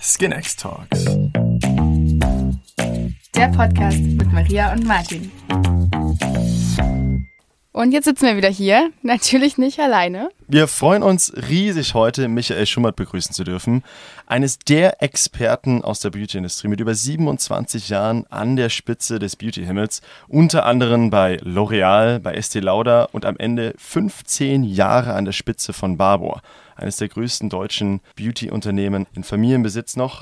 Skinx Talks. Der Podcast mit Maria und Martin. Und jetzt sitzen wir wieder hier, natürlich nicht alleine. Wir freuen uns riesig, heute Michael Schummert begrüßen zu dürfen. Eines der Experten aus der Beauty-Industrie mit über 27 Jahren an der Spitze des Beauty-Himmels. Unter anderem bei L'Oreal, bei Estée Lauder und am Ende 15 Jahre an der Spitze von Barbour. Eines der größten deutschen Beauty-Unternehmen in Familienbesitz noch.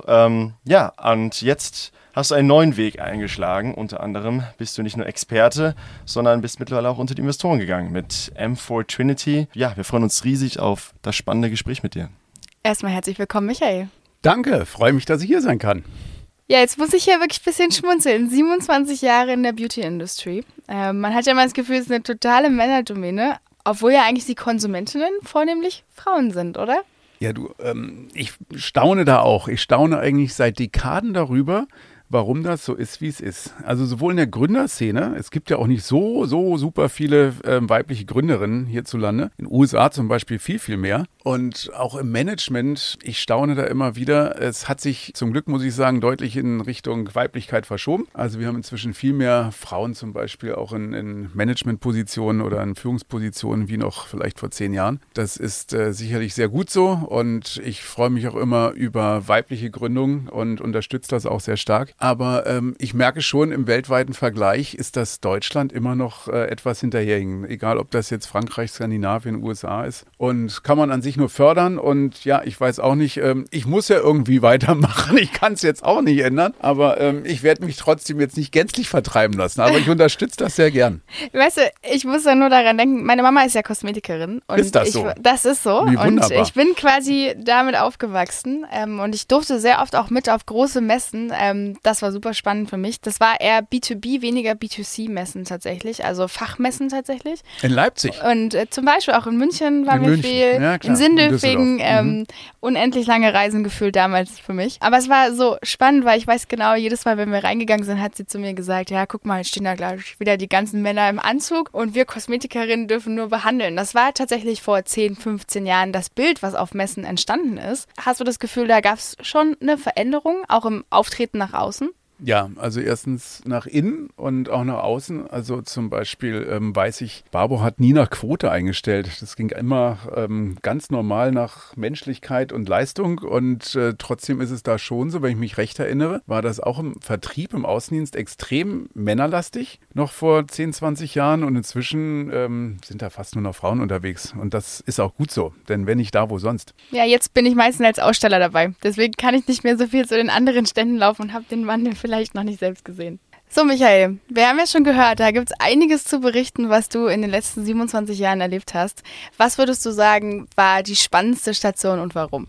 Und jetzt hast du einen neuen Weg eingeschlagen. Unter anderem bist du nicht nur Experte, sondern bist mittlerweile auch unter die Investoren gegangen mit M4 Trinity. Ja, wir freuen uns riesig auf das spannende Gespräch mit dir. Erstmal herzlich willkommen, Michael. Danke, freue mich, dass ich hier sein kann. Ja, jetzt muss ich ja wirklich ein bisschen schmunzeln. 27 Jahre in der Beauty-Industrie. Man hat ja mal das Gefühl, es ist eine totale Männerdomäne, obwohl ja eigentlich die Konsumentinnen vornehmlich Frauen sind, oder? Ja, ich staune da auch. Ich staune eigentlich seit Dekaden darüber, warum das so ist, wie es ist. Also sowohl in der Gründerszene, es gibt ja auch nicht so super viele weibliche Gründerinnen hierzulande. In den USA zum Beispiel viel mehr. Und auch im Management, ich staune da immer wieder. Es hat sich zum Glück, muss ich sagen, deutlich in Richtung Weiblichkeit verschoben. Also wir haben inzwischen viel mehr Frauen zum Beispiel auch in Managementpositionen oder in Führungspositionen wie noch vielleicht vor 10 Jahren. Das ist sicherlich sehr gut so und ich freue mich auch immer über weibliche Gründungen und unterstütze das auch sehr stark. Aber ich merke schon, im weltweiten Vergleich ist das Deutschland immer noch etwas hinterherhängen. Egal, ob das jetzt Frankreich, Skandinavien, USA ist. Und kann man an sich nur fördern. Und ja, ich weiß auch nicht, ich muss ja irgendwie weitermachen. Ich kann es jetzt auch nicht ändern. Aber ich werde mich trotzdem jetzt nicht gänzlich vertreiben lassen. Aber ich unterstütze das sehr gern. Weißt du, ich muss ja nur daran denken, meine Mama ist ja Kosmetikerin. Und ist das so? Das ist so. Wie wunderbar. Und ich bin quasi damit aufgewachsen. Und ich durfte sehr oft auch mit auf große Messen. Das war super spannend für mich. Das war eher B2B, weniger B2C-Messen tatsächlich, also Fachmessen tatsächlich. In Leipzig? Und zum Beispiel auch in München waren wir viel, ja, klar. in Sindelfingen, unendlich lange Reisen gefühlt damals für mich. Aber es war so spannend, weil ich weiß genau, jedes Mal, wenn wir reingegangen sind, hat sie zu mir gesagt, ja, guck mal, jetzt stehen da gleich wieder die ganzen Männer im Anzug und wir Kosmetikerinnen dürfen nur behandeln. Das war tatsächlich vor 10, 15 Jahren das Bild, was auf Messen entstanden ist. Hast du das Gefühl, da gab es schon eine Veränderung, auch im Auftreten nach außen? Ja, also erstens nach innen und auch nach außen. Also zum Beispiel weiß ich, Barbour hat nie nach Quote eingestellt. Das ging immer ganz normal nach Menschlichkeit und Leistung. Und trotzdem ist es da schon so, wenn ich mich recht erinnere, war das auch im Vertrieb, im Außendienst extrem männerlastig, noch vor 10, 20 Jahren. Und inzwischen sind da fast nur noch Frauen unterwegs. Und das ist auch gut so, denn wenn nicht da, wo sonst? Ja, jetzt bin ich meistens als Aussteller dabei. Deswegen kann ich nicht mehr so viel zu den anderen Ständen laufen und habe den Wandel vielleicht noch nicht selbst gesehen. So, Michael, wir haben ja schon gehört, da gibt es einiges zu berichten, was du in den letzten 27 Jahren erlebt hast. Was würdest du sagen, war die spannendste Station und warum?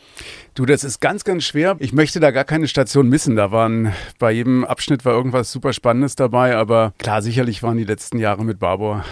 Du, das ist ganz schwer. Ich möchte da gar keine Station missen. Bei jedem Abschnitt war irgendwas super Spannendes dabei. Aber klar, sicherlich waren die letzten Jahre mit Barbour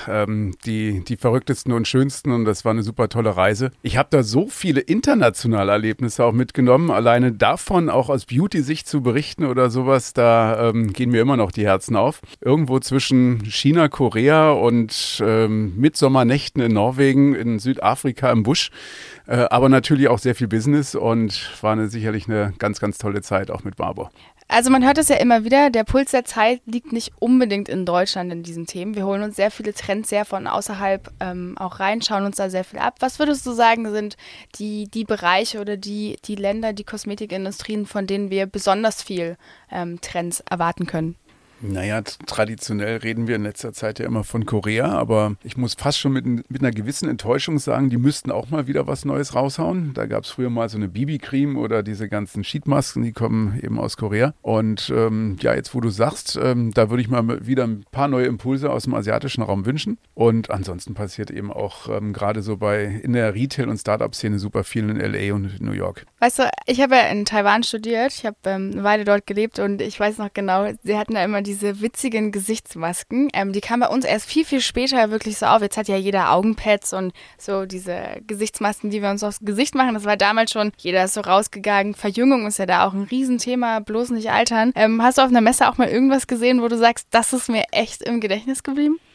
die verrücktesten und schönsten. Und das war eine super tolle Reise. Ich habe da so viele internationale Erlebnisse auch mitgenommen. Alleine davon auch aus Beauty-Sicht zu berichten oder sowas, da gehen mir immer noch die Herzen auf. Irgendwo zwischen China, Korea und Mitsommernächten in Norwegen, in Südafrika im Busch. Aber natürlich auch sehr viel Business und war sicherlich eine ganz tolle Zeit auch mit Barbour. Also man hört es ja immer wieder, der Puls der Zeit liegt nicht unbedingt in Deutschland in diesen Themen. Wir holen uns sehr viele Trends sehr von außerhalb auch rein, schauen uns da sehr viel ab. Was würdest du sagen, sind die Bereiche oder die Länder, die Kosmetikindustrien, von denen wir besonders viel Trends erwarten können? Naja, traditionell reden wir in letzter Zeit ja immer von Korea, aber ich muss fast schon mit einer gewissen Enttäuschung sagen, die müssten auch mal wieder was Neues raushauen. Da gab es früher mal so eine BB-Creme oder diese ganzen Sheetmasken, die kommen eben aus Korea. Und jetzt wo du sagst, da würde ich mal wieder ein paar neue Impulse aus dem asiatischen Raum wünschen. Und ansonsten passiert eben auch gerade so in der Retail- und Startup-Szene super viel in LA und New York. Weißt du, ich habe ja in Taiwan studiert, ich habe eine Weile dort gelebt und ich weiß noch genau, sie hatten da immer diese witzigen Gesichtsmasken. Die kamen bei uns erst viel später wirklich so auf. Jetzt hat ja jeder Augenpads und so diese Gesichtsmasken, die wir uns aufs Gesicht machen. Das war damals schon, jeder ist so rausgegangen. Verjüngung ist ja da auch ein Riesenthema, bloß nicht altern. Hast du auf einer Messe auch mal irgendwas gesehen, wo du sagst, das ist mir echt im Gedächtnis geblieben?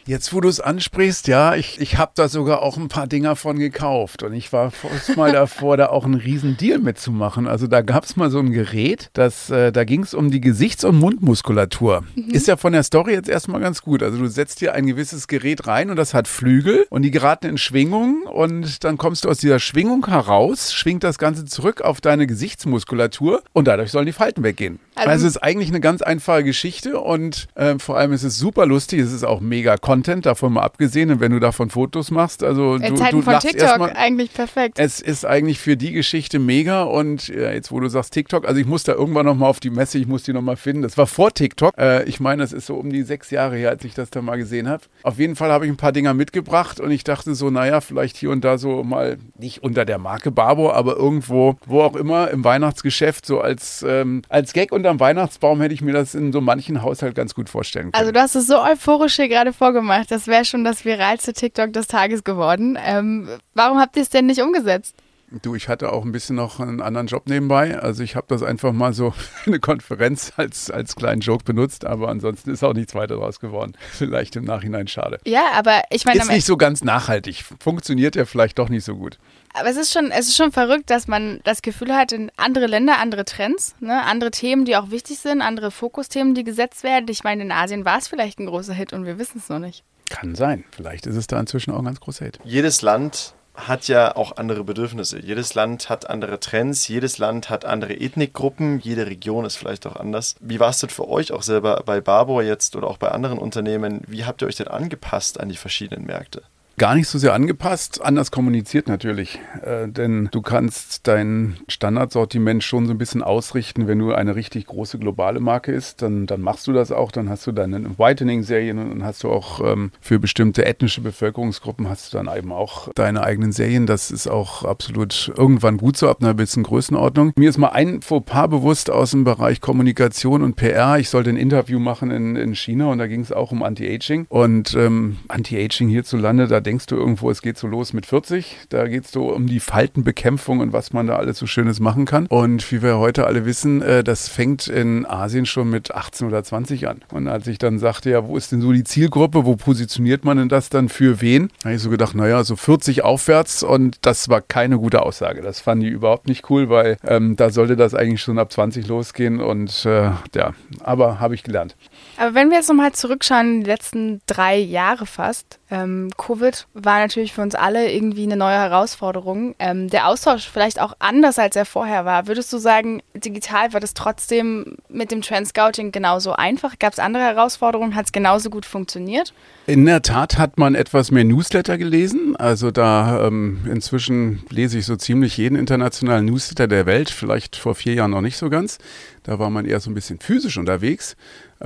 Jetzt, wo du es ansprichst, ja, ich habe da sogar auch ein paar Dinger von gekauft und ich war fast mal davor, da auch einen riesen Deal mitzumachen. Also da gab es mal so ein Gerät, da ging es um die Gesichts- und Mundmuskulatur. Ist ja von der Story jetzt erstmal ganz gut. Also du setzt dir ein gewisses Gerät rein und das hat Flügel und die geraten in Schwingung und dann kommst du aus dieser Schwingung heraus, schwingt das Ganze zurück auf deine Gesichtsmuskulatur und dadurch sollen die Falten weggehen. Also es ist eigentlich eine ganz einfache Geschichte und vor allem ist es super lustig, es ist auch mega Content, davon mal abgesehen, und wenn du davon Fotos machst, also in du Zeiten von lachst TikTok erstmal. eigentlich perfekt. Es ist eigentlich für die Geschichte mega und jetzt, wo du sagst TikTok, also ich muss da irgendwann nochmal auf die Messe, ich muss die nochmal finden. Das war vor TikTok. Ich meine, das ist so um die 6 Jahre her, als ich das da mal gesehen habe. Auf jeden Fall habe ich ein paar Dinger mitgebracht und ich dachte so, naja, vielleicht hier und da so mal, nicht unter der Marke Barbour, aber irgendwo, wo auch immer, im Weihnachtsgeschäft, so als Gag unterm Weihnachtsbaum hätte ich mir das in so manchen Haushalt ganz gut vorstellen können. Also du hast es so euphorisch hier gerade vorgemacht, das wäre schon das viralste TikTok des Tages geworden. Warum habt ihr es denn nicht umgesetzt? Du, ich hatte auch ein bisschen noch einen anderen Job nebenbei. Also ich habe das einfach mal so für eine Konferenz als kleinen Joke benutzt, aber ansonsten ist auch nichts weiter draus geworden. Vielleicht im Nachhinein schade. Ja, aber ich meine... Ist nicht so ganz nachhaltig. Funktioniert ja vielleicht doch nicht so gut. Aber es ist schon verrückt, dass man das Gefühl hat, in andere Länder, andere Trends, ne, andere Themen, die auch wichtig sind, andere Fokusthemen, die gesetzt werden. Ich meine, in Asien war es vielleicht ein großer Hit und wir wissen es noch nicht. Kann sein. Vielleicht ist es da inzwischen auch ein ganz großer Hit. Jedes Land hat ja auch andere Bedürfnisse. Jedes Land hat andere Trends, jedes Land hat andere Ethnikgruppen, jede Region ist vielleicht auch anders. Wie war es denn für euch auch selber bei Barbour jetzt oder auch bei anderen Unternehmen? Wie habt ihr euch denn angepasst an die verschiedenen Märkte? Gar nicht so sehr angepasst, anders kommuniziert natürlich, denn du kannst dein Standardsortiment schon so ein bisschen ausrichten, wenn du eine richtig große globale Marke ist, dann machst du das auch, dann hast du deine Whitening-Serien und dann hast du auch für bestimmte ethnische Bevölkerungsgruppen hast du dann eben auch deine eigenen Serien, das ist auch absolut irgendwann gut so ab einer gewissen Größenordnung. Mir ist mal ein Fauxpas bewusst aus dem Bereich Kommunikation und PR, ich sollte ein Interview machen in China und da ging es auch um Anti-Aging und Anti-Aging hierzulande, da denkst du irgendwo, es geht so los mit 40. Da geht es so um die Faltenbekämpfung und was man da alles so Schönes machen kann. Und wie wir heute alle wissen, das fängt in Asien schon mit 18 oder 20 an. Und als ich dann sagte, ja, wo ist denn so die Zielgruppe, wo positioniert man denn das dann für wen? Da habe ich so gedacht, naja, so 40 aufwärts und das war keine gute Aussage. Das fanden die überhaupt nicht cool, weil da sollte das eigentlich schon ab 20 losgehen und ja, aber habe ich gelernt. Aber wenn wir jetzt nochmal zurückschauen, die letzten 3 Jahre fast, Covid war natürlich für uns alle irgendwie eine neue Herausforderung. Der Austausch vielleicht auch anders, als er vorher war. Würdest du sagen, digital war das trotzdem mit dem Trend Scouting genauso einfach? Gab es andere Herausforderungen? Hat es genauso gut funktioniert? In der Tat hat man etwas mehr Newsletter gelesen. Also da inzwischen lese ich so ziemlich jeden internationalen Newsletter der Welt. Vielleicht vor 4 Jahren noch nicht so ganz. Da war man eher so ein bisschen physisch unterwegs.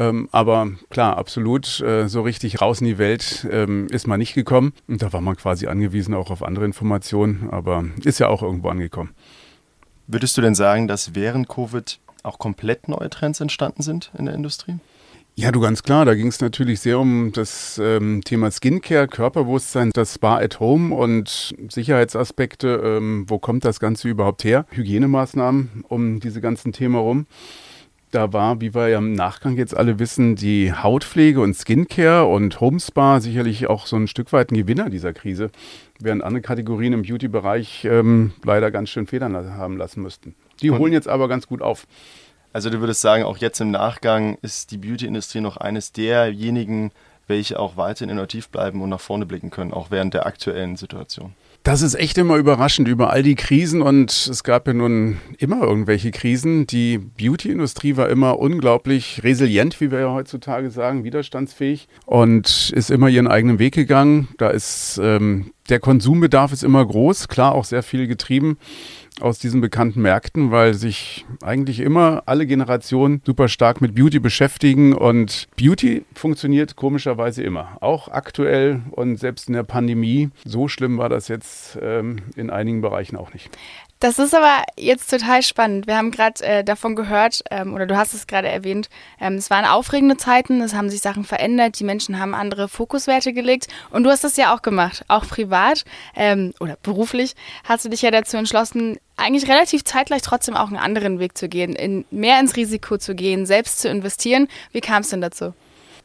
Aber klar, absolut, so richtig raus in die Welt ist man nicht gekommen. Und da war man quasi angewiesen auch auf andere Informationen. Aber ist ja auch irgendwo angekommen. Würdest du denn sagen, dass während Covid auch komplett neue Trends entstanden sind in der Industrie? Ja, du, ganz klar, da ging es natürlich sehr um das Thema Skincare, Körperbewusstsein, das Spa at Home und Sicherheitsaspekte. Wo kommt das Ganze überhaupt her? Hygienemaßnahmen um diese ganzen Themen herum. Da war, wie wir ja im Nachgang jetzt alle wissen, die Hautpflege und Skincare und Homespa sicherlich auch so ein Stück weit ein Gewinner dieser Krise, während andere Kategorien im Beauty-Bereich leider ganz schön Federn haben lassen müssten. Die holen jetzt aber ganz gut auf. Also du würdest sagen, auch jetzt im Nachgang ist die Beauty-Industrie noch eines derjenigen, welche auch weiterhin innovativ bleiben und nach vorne blicken können, auch während der aktuellen Situation. Das ist echt immer überraschend über all die Krisen und es gab ja nun immer irgendwelche Krisen. Die Beauty-Industrie war immer unglaublich resilient, wie wir ja heutzutage sagen, widerstandsfähig und ist immer ihren eigenen Weg gegangen. Da ist der Konsumbedarf ist immer groß, klar auch sehr viel getrieben aus diesen bekannten Märkten, weil sich eigentlich immer alle Generationen super stark mit Beauty beschäftigen und Beauty funktioniert komischerweise immer, auch aktuell und selbst in der Pandemie. So schlimm war das jetzt in einigen Bereichen auch nicht. Das ist aber jetzt total spannend. Wir haben gerade davon gehört, oder du hast es gerade erwähnt, es waren aufregende Zeiten, es haben sich Sachen verändert, die Menschen haben andere Fokuswerte gelegt und du hast das ja auch gemacht, auch privat oder beruflich hast du dich ja dazu entschlossen, eigentlich relativ zeitgleich trotzdem auch einen anderen Weg zu gehen, mehr ins Risiko zu gehen, selbst zu investieren. Wie kam es denn dazu?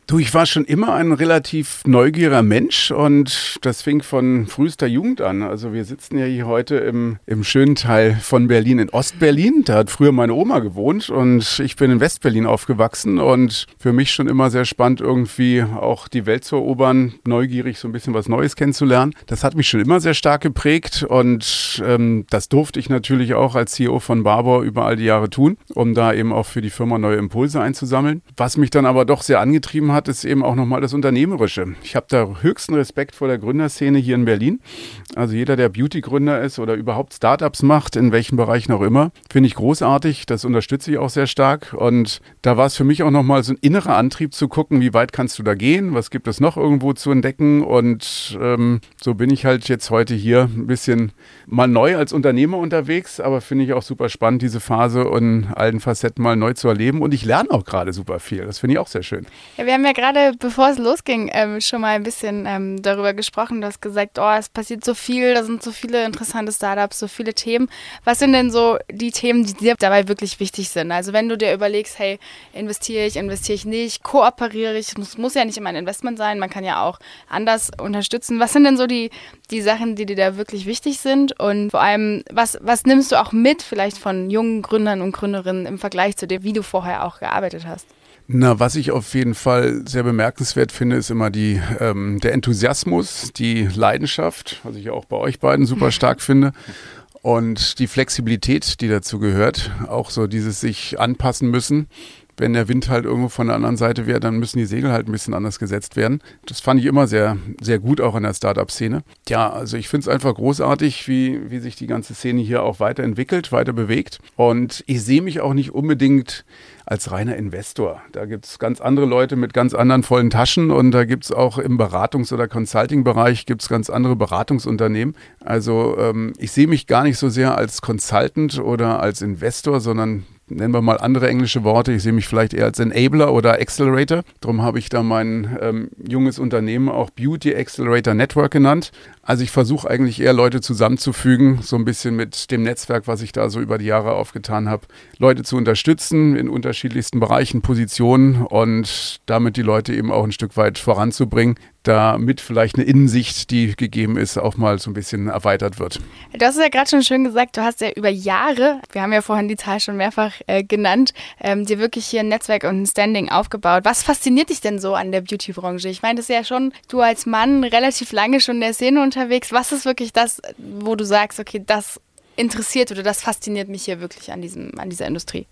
Du, ich war schon immer ein relativ neugieriger Mensch und das fing von frühester Jugend an. Also wir sitzen ja hier heute im schönen Teil von Berlin in Ostberlin. Da hat früher meine Oma gewohnt und ich bin in Westberlin aufgewachsen und für mich schon immer sehr spannend, irgendwie auch die Welt zu erobern, neugierig so ein bisschen was Neues kennenzulernen. Das hat mich schon immer sehr stark geprägt und das durfte ich natürlich auch als CEO von Barbour über all die Jahre tun, um da eben auch für die Firma neue Impulse einzusammeln. Was mich dann aber doch sehr angetrieben hat, ist eben auch nochmal das Unternehmerische. Ich habe da höchsten Respekt vor der Gründerszene hier in Berlin. Also jeder, der Beauty-Gründer ist oder überhaupt Startups macht, in welchen Bereichen auch immer, finde ich großartig. Das unterstütze ich auch sehr stark. Und da war es für mich auch nochmal so ein innerer Antrieb zu gucken, wie weit kannst du da gehen, was gibt es noch irgendwo zu entdecken. Und so bin ich halt jetzt heute hier ein bisschen mal neu als Unternehmer unterwegs, aber finde ich auch super spannend, diese Phase in allen Facetten mal neu zu erleben. Und ich lerne auch gerade super viel. Das finde ich auch sehr schön. Ja, wir haben ja gerade, bevor es losging, schon mal ein bisschen darüber gesprochen. Du hast gesagt, es passiert so viel, da sind so viele interessante Startups, so viele Themen. Was sind denn so die Themen, die dir dabei wirklich wichtig sind? Also wenn du dir überlegst, hey, investiere ich nicht, kooperiere ich, muss ja nicht immer ein Investment sein, man kann ja auch anders unterstützen. Was sind denn so die Sachen, die dir da wirklich wichtig sind? Und vor allem, was nimmst du auch mit vielleicht von jungen Gründern und Gründerinnen im Vergleich zu dir, wie du vorher auch gearbeitet hast? Na, was ich auf jeden Fall sehr bemerkenswert finde, ist immer der Enthusiasmus, die Leidenschaft, was ich auch bei euch beiden super stark finde. Und die Flexibilität, die dazu gehört, auch so dieses sich anpassen müssen. Wenn der Wind halt irgendwo von der anderen Seite wäre, dann müssen die Segel halt ein bisschen anders gesetzt werden. Das fand ich immer sehr, sehr gut, auch in der Startup-Szene. Ja, also ich finde es einfach großartig, wie sich die ganze Szene hier auch weiterentwickelt, weiter bewegt. Und ich sehe mich auch nicht unbedingt als reiner Investor. Da gibt es ganz andere Leute mit ganz anderen vollen Taschen und da gibt es auch im Beratungs- oder Consulting-Bereich gibt's ganz andere Beratungsunternehmen. Also ich sehe mich gar nicht so sehr als Consultant oder als Investor, sondern nennen wir mal andere englische Worte. Ich sehe mich vielleicht eher als Enabler oder Accelerator. Darum habe ich da mein junges Unternehmen auch Beauty Accelerator Network genannt. Also ich versuche eigentlich eher Leute zusammenzufügen, so ein bisschen mit dem Netzwerk, was ich da so über die Jahre aufgetan habe, Leute zu unterstützen in unterschiedlichsten Bereichen, Positionen und damit die Leute eben auch ein Stück weit voranzubringen, damit vielleicht eine Innensicht, die gegeben ist, auch mal so ein bisschen erweitert wird. Du hast es ja gerade schon schön gesagt, du hast ja über Jahre, wir haben ja vorhin die Zahl schon mehrfach genannt, dir wirklich hier ein Netzwerk und ein Standing aufgebaut. Was fasziniert dich denn so an der Beauty-Branche? Ich meine, das ist ja schon, du als Mann relativ lange schon in der Szene unterwegs. Was ist wirklich das, wo du sagst, okay, das interessiert oder das fasziniert mich hier wirklich an dieser Industrie?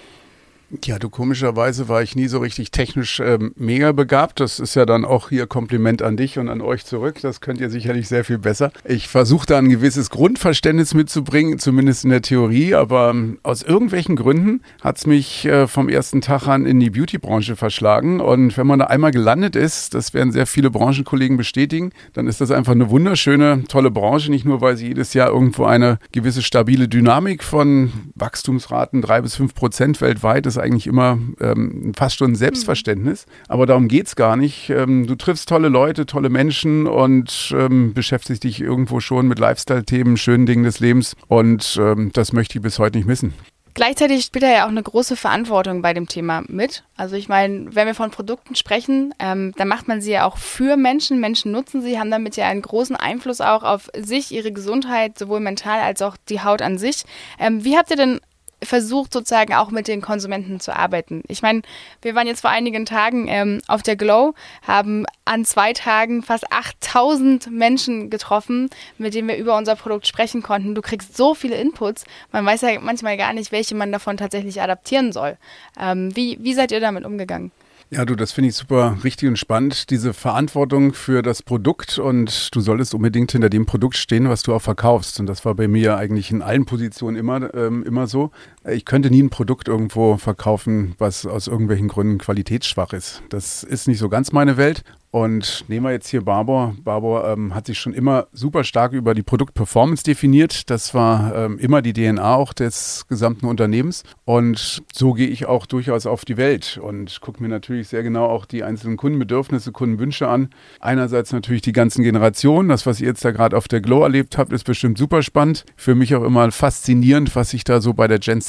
Ja, du, komischerweise war ich nie so richtig technisch mega begabt. Das ist ja dann auch hier Kompliment an dich und an euch zurück. Das könnt ihr sicherlich sehr viel besser. Ich versuche da ein gewisses Grundverständnis mitzubringen, zumindest in der Theorie. Aber aus irgendwelchen Gründen hat es mich vom ersten Tag an in die Beauty-Branche verschlagen. Und wenn man da einmal gelandet ist, das werden sehr viele Branchenkollegen bestätigen, dann ist das einfach eine wunderschöne, tolle Branche. Nicht nur, weil sie jedes Jahr irgendwo eine gewisse stabile Dynamik von Wachstumsraten 3-5% weltweit ist eigentlich immer fast schon ein Selbstverständnis. Aber darum geht es gar nicht. Du triffst tolle Leute, tolle Menschen und beschäftigst dich irgendwo schon mit Lifestyle-Themen, schönen Dingen des Lebens. Und das möchte ich bis heute nicht missen. Gleichzeitig spielt er ja auch eine große Verantwortung bei dem Thema mit. Also ich meine, wenn wir von Produkten sprechen, dann macht man sie ja auch für Menschen. Menschen nutzen sie, haben damit ja einen großen Einfluss auch auf sich, ihre Gesundheit, sowohl mental als auch die Haut an sich. Wie habt ihr denn versucht, sozusagen auch mit den Konsumenten zu arbeiten? Ich meine, wir waren jetzt vor einigen Tagen auf der Glow, haben an 2 Tagen fast 8000 Menschen getroffen, mit denen wir über unser Produkt sprechen konnten. Du kriegst so viele Inputs, man weiß ja manchmal gar nicht, welche man davon tatsächlich adaptieren soll. Wie seid ihr damit umgegangen? Ja, du, das finde ich super richtig und spannend, diese Verantwortung für das Produkt und du solltest unbedingt hinter dem Produkt stehen, was du auch verkaufst. Und das war bei mir eigentlich in allen Positionen immer so. Ich könnte nie ein Produkt irgendwo verkaufen, was aus irgendwelchen Gründen qualitätsschwach ist. Das ist nicht so ganz meine Welt. Und nehmen wir jetzt hier Barbour. Barbour hat sich schon immer super stark über die Produktperformance definiert. Das war immer die DNA auch des gesamten Unternehmens. Und so gehe ich auch durchaus auf die Welt und gucke mir natürlich sehr genau auch die einzelnen Kundenbedürfnisse, Kundenwünsche an. Einerseits natürlich die ganzen Generationen. Das, was ihr jetzt da gerade auf der Glow erlebt habt, ist bestimmt super spannend. Für mich auch immer faszinierend, was sich da so bei der Gen Z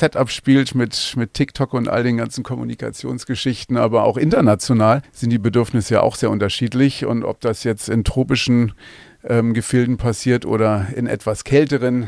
Set abspielt mit TikTok und all den ganzen Kommunikationsgeschichten, aber auch international sind die Bedürfnisse ja auch sehr unterschiedlich. Und ob das jetzt in tropischen Gefilden passiert oder in etwas kälteren,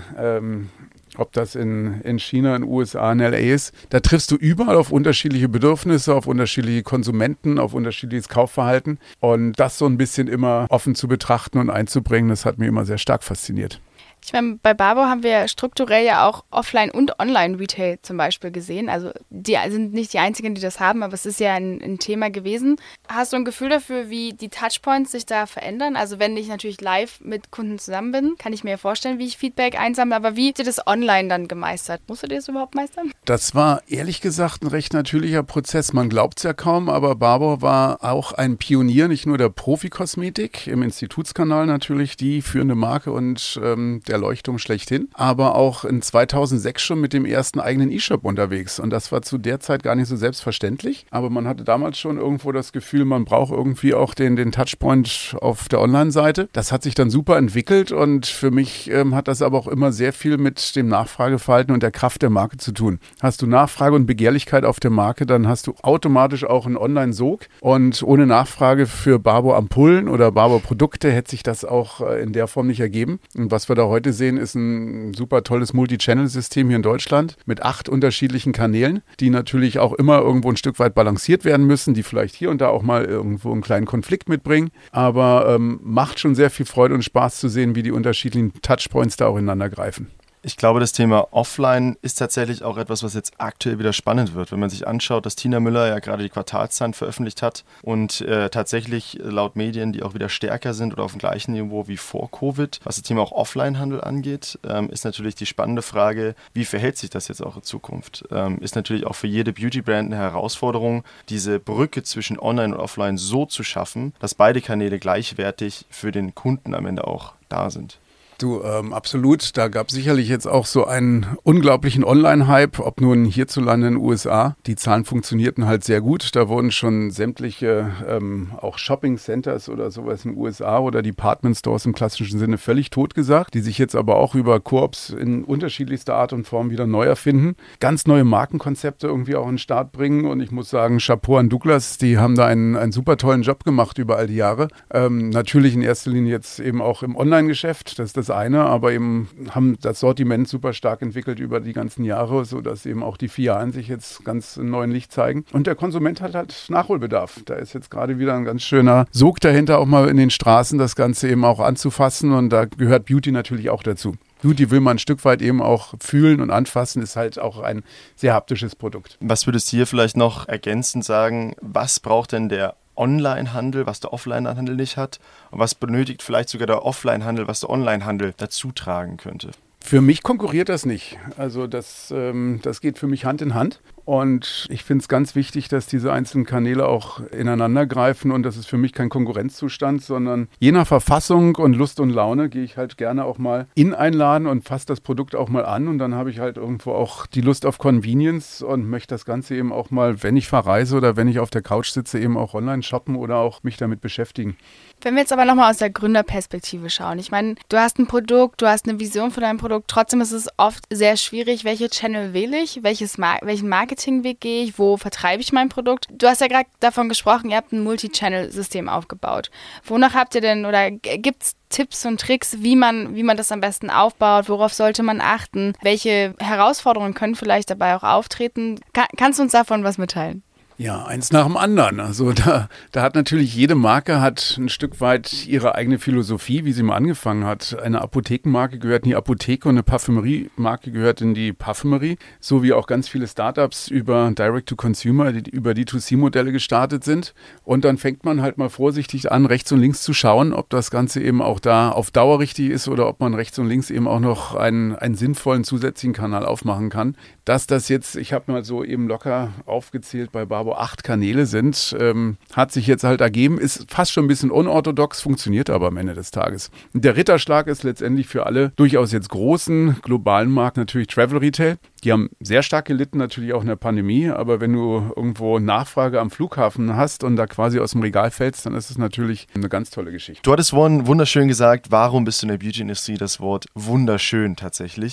ob das in China, in den USA, in LA ist, da triffst du überall auf unterschiedliche Bedürfnisse, auf unterschiedliche Konsumenten, auf unterschiedliches Kaufverhalten. Und das so ein bisschen immer offen zu betrachten und einzubringen, das hat mich immer sehr stark fasziniert. Ich meine, bei Barbo haben wir strukturell ja auch Offline- und Online-Retail zum Beispiel gesehen. Also die sind nicht die einzigen, die das haben, aber es ist ja ein Thema gewesen. Hast du ein Gefühl dafür, wie die Touchpoints sich da verändern? Also wenn ich natürlich live mit Kunden zusammen bin, kann ich mir vorstellen, wie ich Feedback einsammle. Aber wie habt ihr das online dann gemeistert? Musstet ihr das überhaupt meistern? Das war ehrlich gesagt ein recht natürlicher Prozess. Man glaubt es ja kaum, aber Barbo war auch ein Pionier, nicht nur der Profikosmetik, im Institutskanal natürlich die führende Marke und der Leuchtturm schlechthin, aber auch in 2006 schon mit dem ersten eigenen E-Shop unterwegs. Und das war zu der Zeit gar nicht so selbstverständlich. Aber man hatte damals schon irgendwo das Gefühl, man braucht irgendwie auch den Touchpoint auf der Online-Seite. Das hat sich dann super entwickelt und für mich hat das aber auch immer sehr viel mit dem Nachfrageverhalten und der Kraft der Marke zu tun. Hast du Nachfrage und Begehrlichkeit auf der Marke, dann hast du automatisch auch einen Online-Sog. Und ohne Nachfrage für Barbo-Ampullen oder Barbo-Produkte hätte sich das auch in der Form nicht ergeben. Und was wir da heute sehen, ist ein super tolles Multi-Channel-System hier in Deutschland mit 8 unterschiedlichen Kanälen, die natürlich auch immer irgendwo ein Stück weit balanciert werden müssen, die vielleicht hier und da auch mal irgendwo einen kleinen Konflikt mitbringen. Aber macht schon sehr viel Freude und Spaß zu sehen, wie die unterschiedlichen Touchpoints da auch ineinander greifen. Ich glaube, das Thema Offline ist tatsächlich auch etwas, was jetzt aktuell wieder spannend wird. Wenn man sich anschaut, dass Tina Müller ja gerade die Quartalszahlen veröffentlicht hat und tatsächlich laut Medien, die auch wieder stärker sind oder auf dem gleichen Niveau wie vor Covid, was das Thema auch Offline-Handel angeht, ist natürlich die spannende Frage, wie verhält sich das jetzt auch in Zukunft? Ist natürlich auch für jede Beauty-Brand eine Herausforderung, diese Brücke zwischen Online und Offline so zu schaffen, dass beide Kanäle gleichwertig für den Kunden am Ende auch da sind. Du, absolut. Da gab es sicherlich jetzt auch so einen unglaublichen Online-Hype, ob nun hierzulande in den USA. Die Zahlen funktionierten halt sehr gut. Da wurden schon sämtliche auch Shopping-Centers oder sowas in den USA oder Department Stores im klassischen Sinne völlig totgesagt, die sich jetzt aber auch über Koops in unterschiedlichster Art und Form wieder neu erfinden. Ganz neue Markenkonzepte irgendwie auch in den Start bringen. Und ich muss sagen, Chapeau an Douglas, die haben da einen super tollen Job gemacht über all die Jahre. Natürlich in erster Linie jetzt eben auch im Online-Geschäft. Das ist das eine, aber eben haben das Sortiment super stark entwickelt über die ganzen Jahre, sodass eben auch die Filialen sich jetzt ganz in neuen Licht zeigen. Und der Konsument hat halt Nachholbedarf. Da ist jetzt gerade wieder ein ganz schöner Sog dahinter, auch mal in den Straßen das Ganze eben auch anzufassen und da gehört Beauty natürlich auch dazu. Beauty will man ein Stück weit eben auch fühlen und anfassen, ist halt auch ein sehr haptisches Produkt. Was würdest du hier vielleicht noch ergänzend sagen, was braucht denn der Online-Handel, was der Offline-Handel nicht hat und was benötigt vielleicht sogar der Offline-Handel, was der Online-Handel dazu tragen könnte? Für mich konkurriert das nicht. Also das geht für mich Hand in Hand. Und ich finde es ganz wichtig, dass diese einzelnen Kanäle auch ineinander greifen und das ist für mich kein Konkurrenzzustand, sondern je nach Verfassung und Lust und Laune gehe ich halt gerne auch mal in einen Laden und fasse das Produkt auch mal an und dann habe ich halt irgendwo auch die Lust auf Convenience und möchte das Ganze eben auch mal, wenn ich verreise oder wenn ich auf der Couch sitze, eben auch online shoppen oder auch mich damit beschäftigen. Wenn wir jetzt aber nochmal aus der Gründerperspektive schauen, ich meine, du hast ein Produkt, du hast eine Vision für dein Produkt, trotzdem ist es oft sehr schwierig, welche Channel wähle ich, welchen Marketingweg gehe ich, wo vertreibe ich mein Produkt. Du hast ja gerade davon gesprochen, ihr habt ein Multi-Channel-System aufgebaut. Wonach habt ihr denn oder gibt es Tipps und Tricks, wie man das am besten aufbaut, worauf sollte man achten, welche Herausforderungen können vielleicht dabei auch auftreten? Kannst du uns davon was mitteilen? Ja, eins nach dem anderen. Also da hat natürlich jede Marke hat ein Stück weit ihre eigene Philosophie, wie sie mal angefangen hat. Eine Apothekenmarke gehört in die Apotheke und eine Parfümeriemarke gehört in die Parfümerie, so wie auch ganz viele Startups über Direct-to-Consumer, über D2C-Modelle gestartet sind. Und dann fängt man halt mal vorsichtig an, rechts und links zu schauen, ob das Ganze eben auch da auf Dauer richtig ist oder ob man rechts und links eben auch noch einen sinnvollen zusätzlichen Kanal aufmachen kann. Dass das jetzt, ich habe mal so eben locker aufgezählt, bei Barbo 8 Kanäle sind, hat sich jetzt halt ergeben, ist fast schon ein bisschen unorthodox, funktioniert aber am Ende des Tages. Und der Ritterschlag ist letztendlich für alle durchaus jetzt großen globalen Markt natürlich Travel Retail. Die haben sehr stark gelitten, natürlich auch in der Pandemie, aber wenn du irgendwo Nachfrage am Flughafen hast und da quasi aus dem Regal fällst, dann ist es natürlich eine ganz tolle Geschichte. Du hattest vorhin wunderschön gesagt, warum bist du in der Beauty-Industrie, das Wort wunderschön tatsächlich.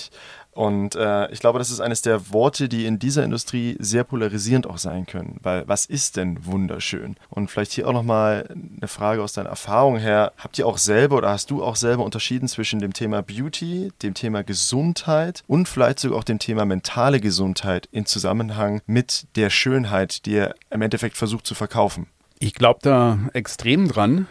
Und ich glaube, das ist eines der Worte, die in dieser Industrie sehr polarisierend auch sein können. Weil was ist denn wunderschön? Und vielleicht hier auch nochmal eine Frage aus deiner Erfahrung her. Habt ihr auch selber oder hast du auch selber unterschieden zwischen dem Thema Beauty, dem Thema Gesundheit und vielleicht sogar auch dem Thema mentale Gesundheit in Zusammenhang mit der Schönheit, die ihr im Endeffekt versucht zu verkaufen? Ich glaube da extrem dran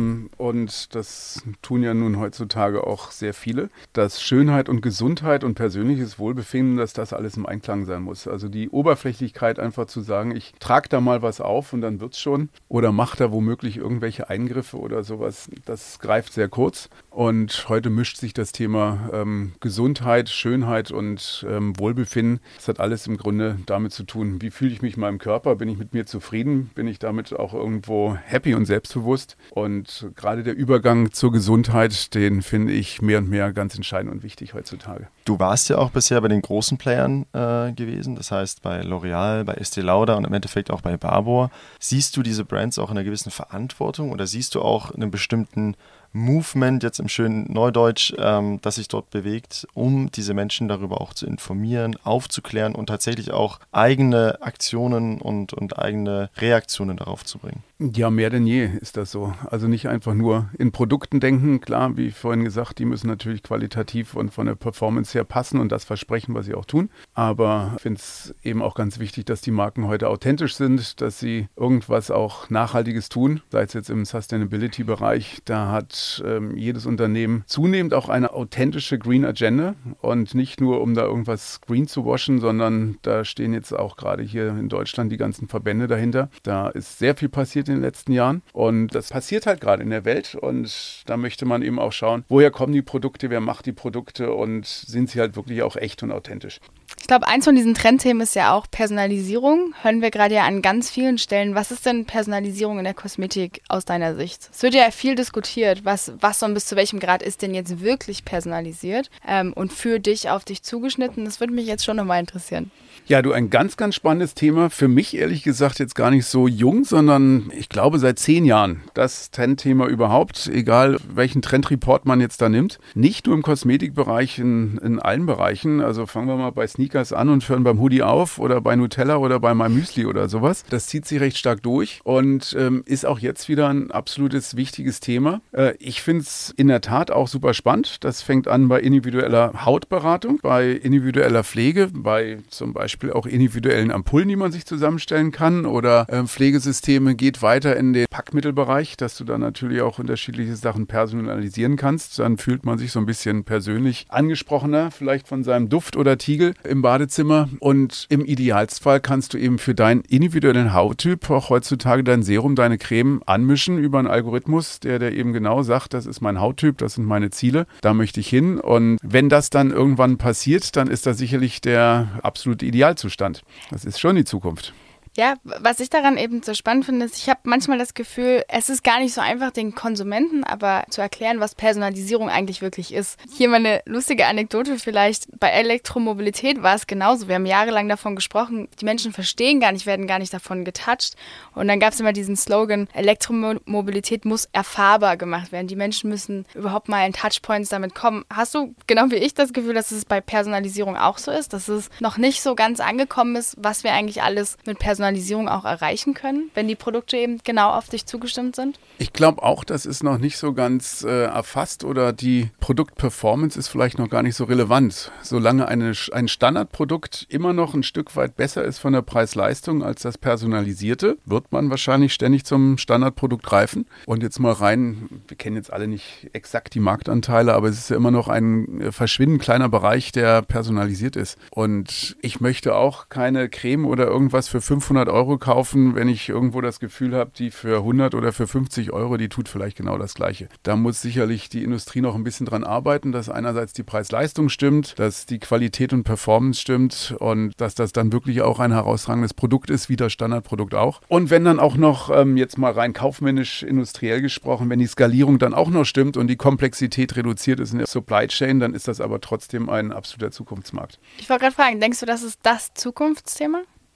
und das tun ja nun heutzutage auch sehr viele, dass Schönheit und Gesundheit und persönliches Wohlbefinden, dass das alles im Einklang sein muss. Also die Oberflächlichkeit einfach zu sagen, ich trage da mal was auf und dann wird's schon oder mache da womöglich irgendwelche Eingriffe oder sowas, das greift sehr kurz. Und heute mischt sich das Thema Gesundheit, Schönheit und Wohlbefinden. Das hat alles im Grunde damit zu tun, wie fühle ich mich in meinem Körper, bin ich mit mir zufrieden, bin ich damit auch irgendwo happy und selbstbewusst. Und gerade der Übergang zur Gesundheit, den finde ich mehr und mehr ganz entscheidend und wichtig heutzutage. Du warst ja auch bisher bei den großen Playern gewesen, das heißt bei L'Oreal, bei Estée Lauder und im Endeffekt auch bei Barbour. Siehst du diese Brands auch in einer gewissen Verantwortung oder siehst du auch einen bestimmten Movement, jetzt im schönen Neudeutsch, das sich dort bewegt, um diese Menschen darüber auch zu informieren, aufzuklären und tatsächlich auch eigene Aktionen und eigene Reaktionen darauf zu bringen? Ja, mehr denn je ist das so. Also nicht einfach nur in Produkten denken. Klar, wie vorhin gesagt, die müssen natürlich qualitativ und von der Performance her passen und das versprechen, was sie auch tun. Aber ich finde es eben auch ganz wichtig, dass die Marken heute authentisch sind, dass sie irgendwas auch Nachhaltiges tun, sei es jetzt im Sustainability-Bereich. Da hat jedes Unternehmen zunehmend auch eine authentische Green Agenda und nicht nur, um da irgendwas green zu waschen, sondern da stehen jetzt auch gerade hier in Deutschland die ganzen Verbände dahinter. Da ist sehr viel passiert in den letzten Jahren und das passiert halt gerade in der Welt und da möchte man eben auch schauen, woher kommen die Produkte, wer macht die Produkte und sind sie halt wirklich auch echt und authentisch. Ich glaube, eins von diesen Trendthemen ist ja auch Personalisierung. Hören wir gerade ja an ganz vielen Stellen. Was ist denn Personalisierung in der Kosmetik aus deiner Sicht? Es wird ja viel diskutiert, was und bis zu welchem Grad ist denn jetzt wirklich personalisiert und für dich, auf dich zugeschnitten. Das würde mich jetzt schon nochmal interessieren. Ja, du, ein ganz, ganz spannendes Thema. Für mich ehrlich gesagt jetzt gar nicht so jung, sondern ich glaube seit 10 Jahren. Das Trendthema überhaupt, egal welchen Trendreport man jetzt da nimmt. Nicht nur im Kosmetikbereich, in allen Bereichen. Also fangen wir mal bei Sneakers an und hören beim Hoodie auf oder bei Nutella oder bei My Müsli oder sowas. Das zieht sich recht stark durch und ist auch jetzt wieder ein absolutes wichtiges Thema. Ich finde es in der Tat auch super spannend. Das fängt an bei individueller Hautberatung, bei individueller Pflege, bei zum Beispiel auch individuellen Ampullen, die man sich zusammenstellen kann oder Pflegesysteme, geht weiter in den Packmittelbereich, dass du dann natürlich auch unterschiedliche Sachen personalisieren kannst. Dann fühlt man sich so ein bisschen persönlich angesprochener, vielleicht von seinem Duft oder Tiegel im Badezimmer und im Idealfall kannst du eben für deinen individuellen Hauttyp auch heutzutage dein Serum, deine Creme anmischen über einen Algorithmus, der eben genau sagt, das ist mein Hauttyp, das sind meine Ziele, da möchte ich hin und wenn das dann irgendwann passiert, dann ist das sicherlich der absolute Idealzustand. Das ist schon die Zukunft. Ja, was ich daran eben so spannend finde, ist, ich habe manchmal das Gefühl, es ist gar nicht so einfach, den Konsumenten aber zu erklären, was Personalisierung eigentlich wirklich ist. Hier mal eine lustige Anekdote vielleicht. Bei Elektromobilität war es genauso. Wir haben jahrelang davon gesprochen, die Menschen verstehen gar nicht, werden gar nicht davon getoucht. Und dann gab es immer diesen Slogan, Elektromobilität muss erfahrbar gemacht werden. Die Menschen müssen überhaupt mal in Touchpoints damit kommen. Hast du genau wie ich das Gefühl, dass es bei Personalisierung auch so ist, dass es noch nicht so ganz angekommen ist, was wir eigentlich alles mit Personalisierung auch erreichen können, wenn die Produkte eben genau auf dich zugestimmt sind? Ich glaube auch, das ist noch nicht so ganz erfasst oder die Produktperformance ist vielleicht noch gar nicht so relevant. Solange ein Standardprodukt immer noch ein Stück weit besser ist von der Preis-Leistung als das personalisierte, wird man wahrscheinlich ständig zum Standardprodukt greifen. Und jetzt mal rein, wir kennen jetzt alle nicht exakt die Marktanteile, aber es ist ja immer noch ein verschwindend kleiner Bereich, der personalisiert ist. Und ich möchte auch keine Creme oder irgendwas für 500 € kaufen, wenn ich irgendwo das Gefühl habe, die für 100 oder für 50 €, die tut vielleicht genau das Gleiche. Da muss sicherlich die Industrie noch ein bisschen dran arbeiten, dass einerseits die Preis-Leistung stimmt, dass die Qualität und Performance stimmt und dass das dann wirklich auch ein herausragendes Produkt ist, wie das Standardprodukt auch. Und wenn dann auch noch, jetzt mal rein kaufmännisch, industriell gesprochen, wenn die Skalierung dann auch noch stimmt und die Komplexität reduziert ist in der Supply Chain, dann ist das aber trotzdem ein absoluter Zukunftsmarkt. Ich wollte gerade fragen, denkst du, das ist das Zukunftsthema?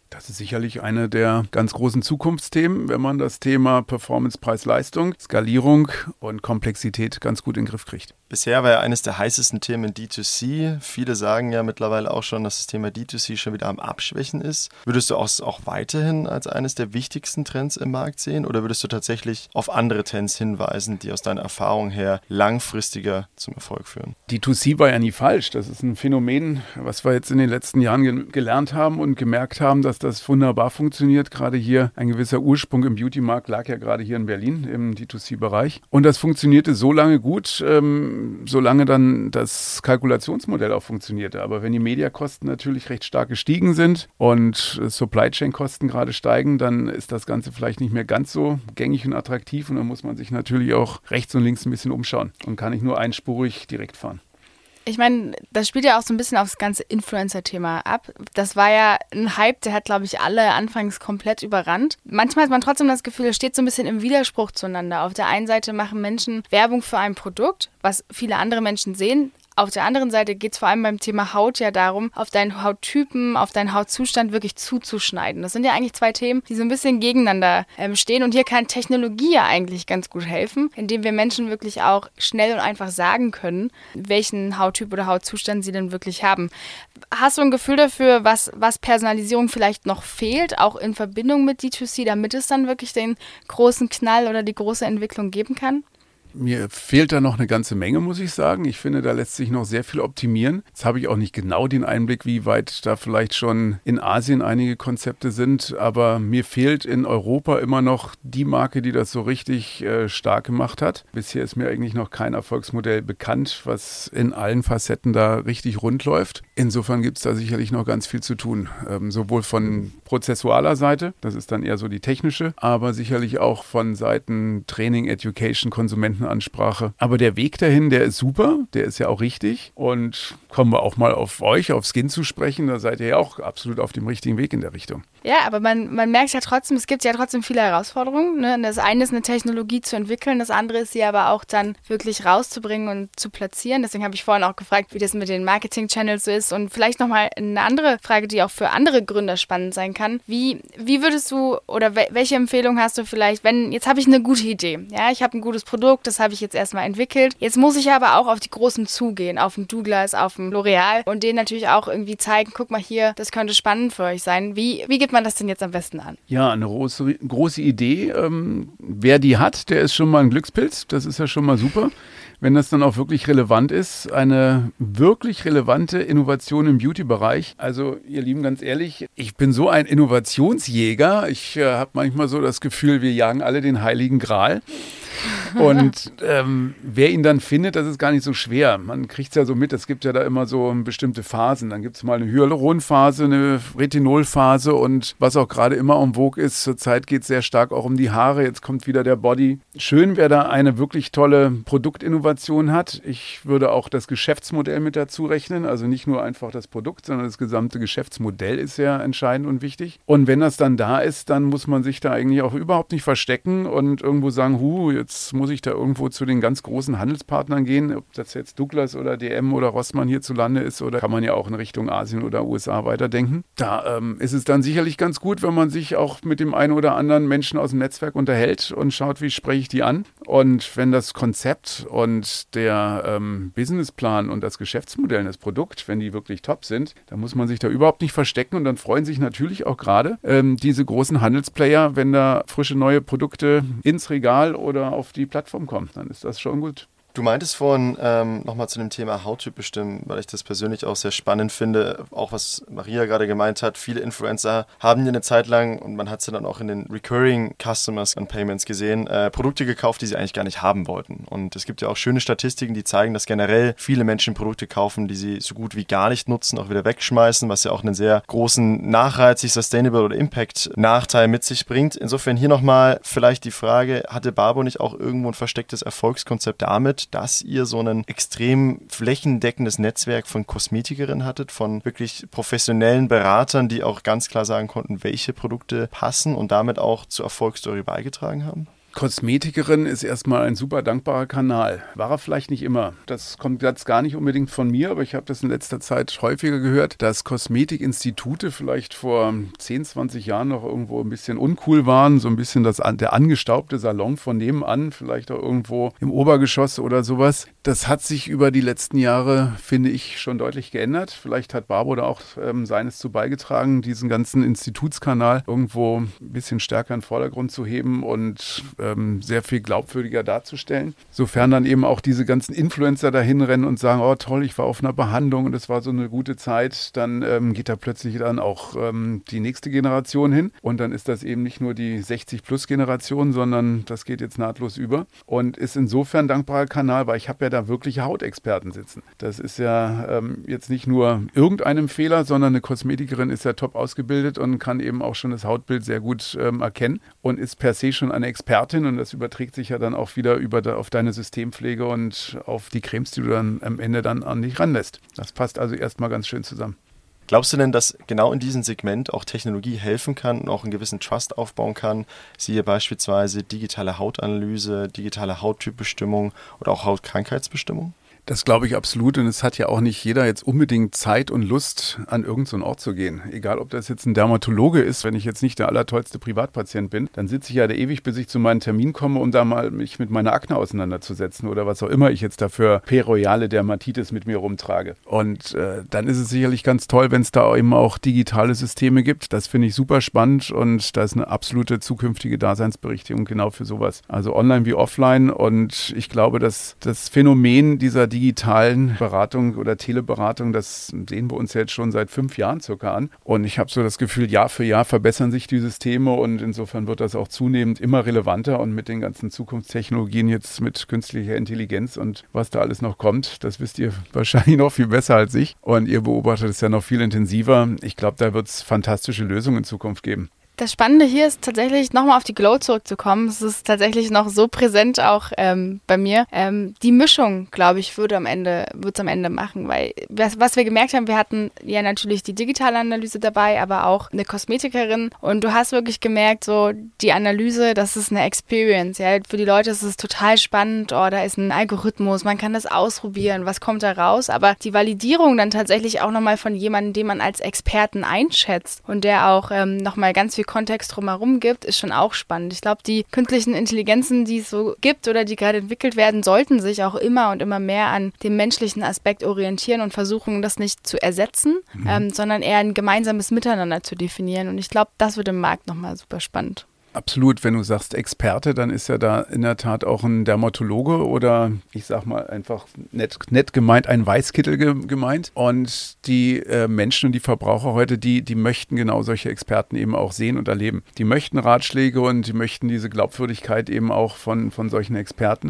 Das ist sicherlich eine der ganz großen Zukunftsthemen, wenn man das Thema Performance, Preis-Leistung, Skalierung und Komplexität ganz gut in den Griff kriegt. Bisher war ja eines der heißesten Themen in D2C. Viele sagen ja mittlerweile auch schon, dass das Thema D2C schon wieder am Abschwächen ist. Würdest du es auch weiterhin als eines der wichtigsten Trends im Markt sehen oder würdest du tatsächlich auf andere Trends hinweisen, die aus deiner Erfahrung her langfristiger zum Erfolg führen? D2C war ja nie falsch. Das ist ein Phänomen, was wir jetzt in den letzten Jahren gelernt haben und gemerkt haben, dass das wunderbar funktioniert. Gerade hier ein gewisser Ursprung im Beauty-Markt lag ja gerade hier in Berlin im D2C-Bereich. Und das funktionierte so lange gut, solange dann das Kalkulationsmodell auch funktionierte. Aber wenn die Mediakosten natürlich recht stark gestiegen sind und Supply-Chain-Kosten gerade steigen, dann ist das Ganze vielleicht nicht mehr ganz so gängig und attraktiv und dann muss man sich natürlich auch rechts und links ein bisschen umschauen und kann nicht nur einspurig direkt fahren. Ich meine, das spielt ja auch so ein bisschen aufs ganze Influencer-Thema ab. Das war ja ein Hype, der hat, glaube ich, alle anfangs komplett überrannt. Manchmal hat man trotzdem das Gefühl, es steht so ein bisschen im Widerspruch zueinander. Auf der einen Seite machen Menschen Werbung für ein Produkt, was viele andere Menschen sehen. Auf der anderen Seite geht es vor allem beim Thema Haut ja darum, auf deinen Hauttypen, auf deinen Hautzustand wirklich zuzuschneiden. Das sind ja eigentlich zwei Themen, die so ein bisschen gegeneinander stehen. Und hier kann Technologie ja eigentlich ganz gut helfen, indem wir Menschen wirklich auch schnell und einfach sagen können, welchen Hauttyp oder Hautzustand sie denn wirklich haben. Hast du ein Gefühl dafür, was Personalisierung vielleicht noch fehlt, auch in Verbindung mit D2C, damit es dann wirklich den großen Knall oder die große Entwicklung geben kann? Mir fehlt da noch eine ganze Menge, muss ich sagen. Ich finde, da lässt sich noch sehr viel optimieren. Jetzt habe ich auch nicht genau den Einblick, wie weit da vielleicht schon in Asien einige Konzepte sind. Aber mir fehlt in Europa immer noch die Marke, die das so richtig stark gemacht hat. Bisher ist mir eigentlich noch kein Erfolgsmodell bekannt, was in allen Facetten da richtig rund läuft. Insofern gibt es da sicherlich noch ganz viel zu tun. Sowohl von prozessualer Seite, das ist dann eher so die technische, aber sicherlich auch von Seiten Training, Education, Konsumentenansprache. Aber der Weg dahin, der ist super, der ist ja auch richtig. Und kommen wir auch mal auf euch, auf Skin zu sprechen, da seid ihr ja auch absolut auf dem richtigen Weg in der Richtung. Ja, aber man merkt ja trotzdem, es gibt ja trotzdem viele Herausforderungen. Ne? Das eine ist, eine Technologie zu entwickeln, das andere ist, sie aber auch dann wirklich rauszubringen und zu platzieren. Deswegen habe ich vorhin auch gefragt, wie das mit den Marketing-Channels so ist. Und vielleicht nochmal eine andere Frage, die auch für andere Gründer spannend sein kann. Wie würdest du oder welche Empfehlung hast du vielleicht, wenn, jetzt habe ich eine gute Idee. Ja, ich habe ein gutes Produkt, das habe ich jetzt erstmal entwickelt. Jetzt muss ich aber auch auf die Großen zugehen, auf den Douglas, auf den L'Oreal und denen natürlich auch irgendwie zeigen, guck mal hier, das könnte spannend für euch sein. Wie geht man das denn jetzt am besten an? Ja, eine große Idee. Wer die hat, der ist schon mal ein Glückspilz. Das ist ja schon mal super. Wenn das dann auch wirklich relevant ist, eine wirklich relevante Innovation im Beauty-Bereich. Also ihr Lieben, ganz ehrlich, ich bin so ein Innovationsjäger. Ich habe manchmal so das Gefühl, wir jagen alle den Heiligen Gral. Und wer ihn dann findet, das ist gar nicht so schwer. Man kriegt es ja so mit, es gibt ja da immer so bestimmte Phasen. Dann gibt es mal eine Hyaluronphase, eine Retinolphase und was auch gerade immer en vogue ist. Zurzeit geht es sehr stark auch um die Haare. Jetzt kommt wieder der Body. Schön, wer da eine wirklich tolle Produktinnovation hat. Ich würde auch das Geschäftsmodell mit dazu rechnen. Also nicht nur einfach das Produkt, sondern das gesamte Geschäftsmodell ist sehr entscheidend und wichtig. Und wenn das dann da ist, dann muss man sich da eigentlich auch überhaupt nicht verstecken und irgendwo sagen, jetzt muss ich da irgendwo zu den ganz großen Handelspartnern gehen, ob das jetzt Douglas oder DM oder Rossmann hierzulande ist oder kann man ja auch in Richtung Asien oder USA weiterdenken. Da ist es dann sicherlich ganz gut, wenn man sich auch mit dem einen oder anderen Menschen aus dem Netzwerk unterhält und schaut, wie spreche ich die an. Und wenn das Konzept und der Businessplan und das Geschäftsmodell, das Produkt, wenn die wirklich top sind, dann muss man sich da überhaupt nicht verstecken und dann freuen sich natürlich auch gerade diese großen Handelsplayer, wenn da frische neue Produkte ins Regal oder auf die Plattform kommt, dann ist das schon gut. Du meintest vorhin nochmal zu dem Thema Hauttyp bestimmen, weil ich das persönlich auch sehr spannend finde. Auch was Maria gerade gemeint hat, viele Influencer haben ja eine Zeit lang, und man hat es ja dann auch in den Recurring Customers and Payments gesehen, Produkte gekauft, die sie eigentlich gar nicht haben wollten. Und es gibt ja auch schöne Statistiken, die zeigen, dass generell viele Menschen Produkte kaufen, die sie so gut wie gar nicht nutzen, auch wieder wegschmeißen, was ja auch einen sehr großen nachhaltig, Sustainable oder Impact-Nachteil mit sich bringt. Insofern hier nochmal vielleicht die Frage, hatte Barbour nicht auch irgendwo ein verstecktes Erfolgskonzept damit, dass ihr so ein extrem flächendeckendes Netzwerk von Kosmetikerinnen hattet, von wirklich professionellen Beratern, die auch ganz klar sagen konnten, welche Produkte passen und damit auch zur Erfolgsstory beigetragen haben? Kosmetikerin ist erstmal ein super dankbarer Kanal. War er vielleicht nicht immer. Das kommt jetzt gar nicht unbedingt von mir, aber ich habe das in letzter Zeit häufiger gehört, dass Kosmetikinstitute vielleicht vor 10, 20 Jahren noch irgendwo ein bisschen uncool waren, so ein bisschen der angestaubte Salon von nebenan, vielleicht auch irgendwo im Obergeschoss oder sowas. Das hat sich über die letzten Jahre, finde ich, schon deutlich geändert. Vielleicht hat Barbo da auch seines zu beigetragen, diesen ganzen Institutskanal irgendwo ein bisschen stärker in den Vordergrund zu heben und sehr viel glaubwürdiger darzustellen. Sofern dann eben auch diese ganzen Influencer dahin rennen und sagen, oh toll, ich war auf einer Behandlung und es war so eine gute Zeit, dann geht da plötzlich dann auch die nächste Generation hin und dann ist das eben nicht nur die 60-Plus-Generation, sondern das geht jetzt nahtlos über und ist insofern ein dankbarer Kanal, weil ich habe ja da wirkliche Hautexperten sitzen. Das ist ja jetzt nicht nur irgendeinem Fehler, sondern eine Kosmetikerin ist ja top ausgebildet und kann eben auch schon das Hautbild sehr gut erkennen und ist per se schon eine Expertin und das überträgt sich ja dann auch wieder auf deine Systempflege und auf die Cremes, die du dann am Ende dann an dich ranlässt. Das passt also erstmal ganz schön zusammen. Glaubst du denn, dass genau in diesem Segment auch Technologie helfen kann und auch einen gewissen Trust aufbauen kann? Siehe beispielsweise digitale Hautanalyse, digitale Hauttypbestimmung oder auch Hautkrankheitsbestimmung? Das glaube ich absolut und es hat ja auch nicht jeder jetzt unbedingt Zeit und Lust, an irgendeinen Ort zu gehen. Egal, ob das jetzt ein Dermatologe ist, wenn ich jetzt nicht der allertollste Privatpatient bin, dann sitze ich ja da ewig, bis ich zu meinem Termin komme, um da mal mich mit meiner Akne auseinanderzusetzen oder was auch immer ich jetzt dafür peroiale Dermatitis mit mir rumtrage. Und dann ist es sicherlich ganz toll, wenn es da eben auch digitale Systeme gibt. Das finde ich super spannend und da ist eine absolute zukünftige Daseinsberechtigung genau für sowas. Also online wie offline und ich glaube, dass das Phänomen dieser digitalen Beratung oder Teleberatung, das sehen wir uns jetzt schon seit 5 Jahren circa an. Und ich habe so das Gefühl, Jahr für Jahr verbessern sich die Systeme und insofern wird das auch zunehmend immer relevanter und mit den ganzen Zukunftstechnologien jetzt mit künstlicher Intelligenz und was da alles noch kommt, das wisst ihr wahrscheinlich noch viel besser als ich. Und ihr beobachtet es ja noch viel intensiver. Ich glaube, da wird es fantastische Lösungen in Zukunft geben. Das Spannende hier ist tatsächlich, nochmal auf die Glow zurückzukommen. Es ist tatsächlich noch so präsent auch bei mir. Die Mischung, glaube ich, wird's am Ende machen, weil was wir gemerkt haben, wir hatten ja natürlich die digitale Analyse dabei, aber auch eine Kosmetikerin und du hast wirklich gemerkt, so die Analyse, das ist eine Experience. Ja, für die Leute ist es total spannend, oh, da ist ein Algorithmus, man kann das ausprobieren, was kommt da raus, aber die Validierung dann tatsächlich auch nochmal von jemandem, den man als Experten einschätzt und der auch nochmal ganz viel Kontext drumherum gibt, ist schon auch spannend. Ich glaube, die künstlichen Intelligenzen, die es so gibt oder die gerade entwickelt werden, sollten sich auch immer und immer mehr an dem menschlichen Aspekt orientieren und versuchen, das nicht zu ersetzen, sondern eher ein gemeinsames Miteinander zu definieren. Und ich glaube, das wird im Markt nochmal super spannend. Absolut, wenn du sagst Experte, dann ist ja da in der Tat auch ein Dermatologe oder ich sag mal einfach nett gemeint, ein Weißkittel gemeint. Und die Menschen und die Verbraucher heute, die möchten genau solche Experten eben auch sehen und erleben. Die möchten Ratschläge und die möchten diese Glaubwürdigkeit eben auch von solchen Experten.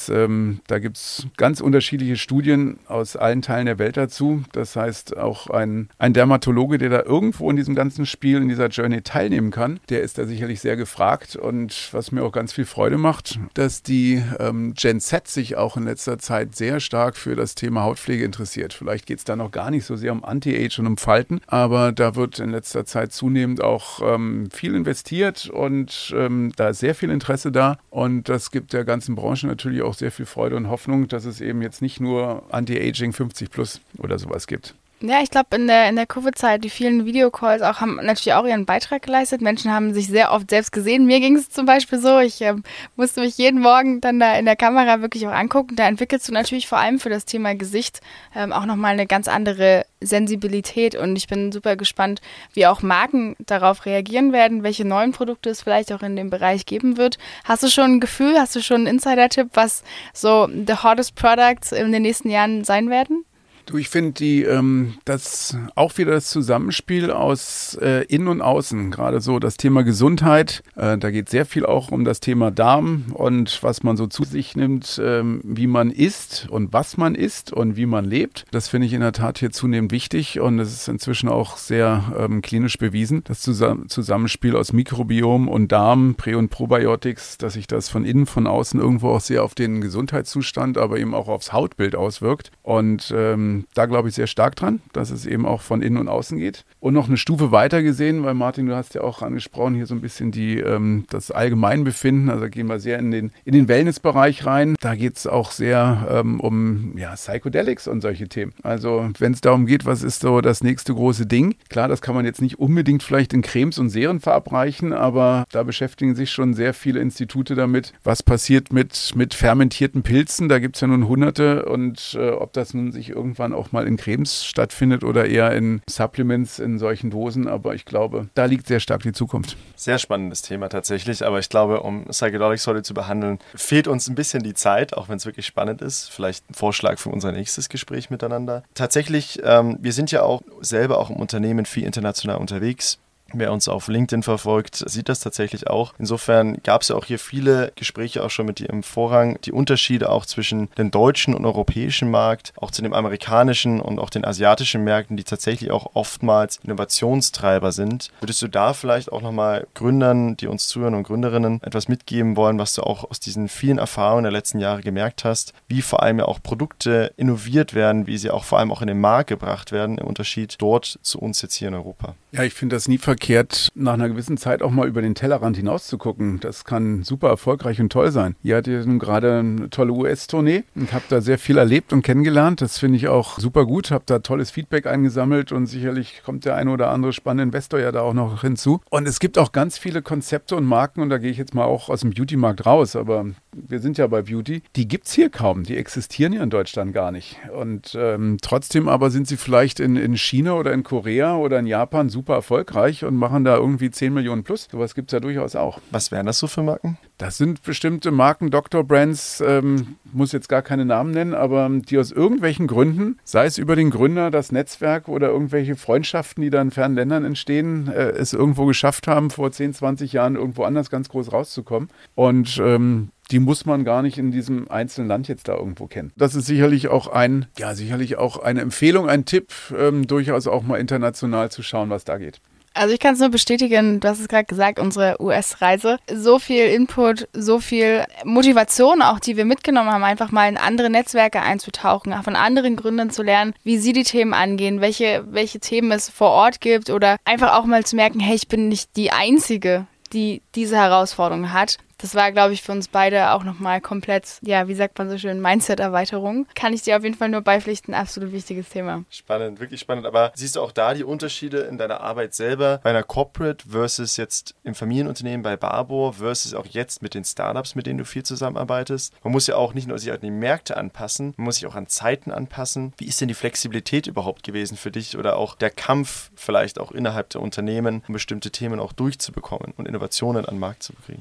Da gibt es ganz unterschiedliche Studien aus allen Teilen der Welt dazu. Das heißt, auch ein Dermatologe, der da irgendwo in diesem ganzen Spiel, in dieser Journey teilnehmen kann, der ist da sicherlich sehr gefragt. Und was mir auch ganz viel Freude macht, dass die Gen Z sich auch in letzter Zeit sehr stark für das Thema Hautpflege interessiert. Vielleicht geht es da noch gar nicht so sehr um Anti-Age und um Falten, aber da wird in letzter Zeit zunehmend auch viel investiert und da ist sehr viel Interesse da und das gibt der ganzen Branche natürlich auch sehr viel Freude und Hoffnung, dass es eben jetzt nicht nur Anti-Aging 50 plus oder sowas gibt. Ja, ich glaube, in der Covid-Zeit, die vielen Videocalls auch haben natürlich auch ihren Beitrag geleistet. Menschen haben sich sehr oft selbst gesehen. Mir ging es zum Beispiel so, ich musste mich jeden Morgen dann da in der Kamera wirklich auch angucken. Da entwickelst du natürlich vor allem für das Thema Gesicht auch nochmal eine ganz andere Sensibilität. Und ich bin super gespannt, wie auch Marken darauf reagieren werden, welche neuen Produkte es vielleicht auch in dem Bereich geben wird. Hast du schon ein Gefühl, hast du schon einen Insider-Tipp, was so the hottest products in den nächsten Jahren sein werden? Du, ich finde das auch wieder das Zusammenspiel aus Innen und Außen, gerade so das Thema Gesundheit, da geht sehr viel auch um das Thema Darm und was man so zu sich nimmt, wie man isst und was man isst und wie man lebt. Das finde ich in der Tat hier zunehmend wichtig und es ist inzwischen auch sehr klinisch bewiesen, das Zusammenspiel aus Mikrobiom und Darm, Prä- und Probiotics, dass sich das von innen, von außen irgendwo auch sehr auf den Gesundheitszustand, aber eben auch aufs Hautbild auswirkt und da glaube ich sehr stark dran, dass es eben auch von innen und außen geht. Und noch eine Stufe weiter gesehen, weil Martin, du hast ja auch angesprochen, hier so ein bisschen das Allgemeinbefinden, also gehen wir sehr in den Wellnessbereich rein. Da geht es auch sehr um Psychedelics und solche Themen. Also wenn es darum geht, was ist so das nächste große Ding? Klar, das kann man jetzt nicht unbedingt vielleicht in Cremes und Serien verabreichen, aber da beschäftigen sich schon sehr viele Institute damit, was passiert mit fermentierten Pilzen. Da gibt es ja nun Hunderte und ob das nun sich irgendwann auch mal in Cremes stattfindet oder eher in Supplements in solchen Dosen, aber ich glaube, da liegt sehr stark die Zukunft. Sehr spannendes Thema tatsächlich, aber ich glaube, um Psychedelics heute zu behandeln, fehlt uns ein bisschen die Zeit, auch wenn es wirklich spannend ist. Vielleicht ein Vorschlag für unser nächstes Gespräch miteinander. Tatsächlich, wir sind ja auch selber auch im Unternehmen viel international unterwegs. Wer uns auf LinkedIn verfolgt, sieht das tatsächlich auch. Insofern gab es ja auch hier viele Gespräche auch schon mit dir im Vorrang. Die Unterschiede auch zwischen dem deutschen und europäischen Markt, auch zu dem amerikanischen und auch den asiatischen Märkten, die tatsächlich auch oftmals Innovationstreiber sind. Würdest du da vielleicht auch nochmal Gründern, die uns zuhören und Gründerinnen, etwas mitgeben wollen, was du auch aus diesen vielen Erfahrungen der letzten Jahre gemerkt hast, wie vor allem ja auch Produkte innoviert werden, wie sie auch vor allem auch in den Markt gebracht werden, im Unterschied dort zu uns jetzt hier in Europa? Ja, ich finde das nie verkehrt, nach einer gewissen Zeit auch mal über den Tellerrand hinaus zu gucken. Das kann super erfolgreich und toll sein. Ihr hattet ja nun gerade eine tolle US-Tournee und habt da sehr viel erlebt und kennengelernt. Das finde ich auch super gut. Habt da tolles Feedback eingesammelt und sicherlich kommt der eine oder andere spannende Investor ja da auch noch hinzu. Und es gibt auch ganz viele Konzepte und Marken, und da gehe ich jetzt mal auch aus dem Beauty-Markt raus, aber wir sind ja bei Beauty, die gibt es hier kaum. Die existieren ja in Deutschland gar nicht. Und trotzdem aber sind sie vielleicht in China oder in Korea oder in Japan super erfolgreich und machen da irgendwie 10 Millionen plus. Sowas gibt es ja durchaus auch. Was wären das so für Marken? Das sind bestimmte Marken, Doktor-Brands, muss jetzt gar keine Namen nennen, aber die aus irgendwelchen Gründen, sei es über den Gründer, das Netzwerk oder irgendwelche Freundschaften, die da in fernen Ländern entstehen, es irgendwo geschafft haben, vor 10, 20 Jahren irgendwo anders ganz groß rauszukommen. Und die muss man gar nicht in diesem einzelnen Land jetzt da irgendwo kennen. Das ist sicherlich auch eine Empfehlung, ein Tipp, durchaus auch mal international zu schauen, was da geht. Also ich kann es nur bestätigen, du hast es gerade gesagt, unsere US-Reise. So viel Input, so viel Motivation auch, die wir mitgenommen haben, einfach mal in andere Netzwerke einzutauchen, von anderen Gründern zu lernen, wie sie die Themen angehen, welche Themen es vor Ort gibt oder einfach auch mal zu merken, hey, ich bin nicht die Einzige, die diese Herausforderung hat. Das war, glaube ich, für uns beide auch nochmal komplett, ja, wie sagt man so schön, Mindset-Erweiterung. Kann ich dir auf jeden Fall nur beipflichten, absolut wichtiges Thema. Spannend, wirklich spannend. Aber siehst du auch da die Unterschiede in deiner Arbeit selber bei einer Corporate versus jetzt im Familienunternehmen bei Barbour versus auch jetzt mit den Startups, mit denen du viel zusammenarbeitest? Man muss ja auch nicht nur sich an die Märkte anpassen, man muss sich auch an Zeiten anpassen. Wie ist denn die Flexibilität überhaupt gewesen für dich oder auch der Kampf vielleicht auch innerhalb der Unternehmen, um bestimmte Themen auch durchzubekommen und Innovationen an den Markt zu kriegen?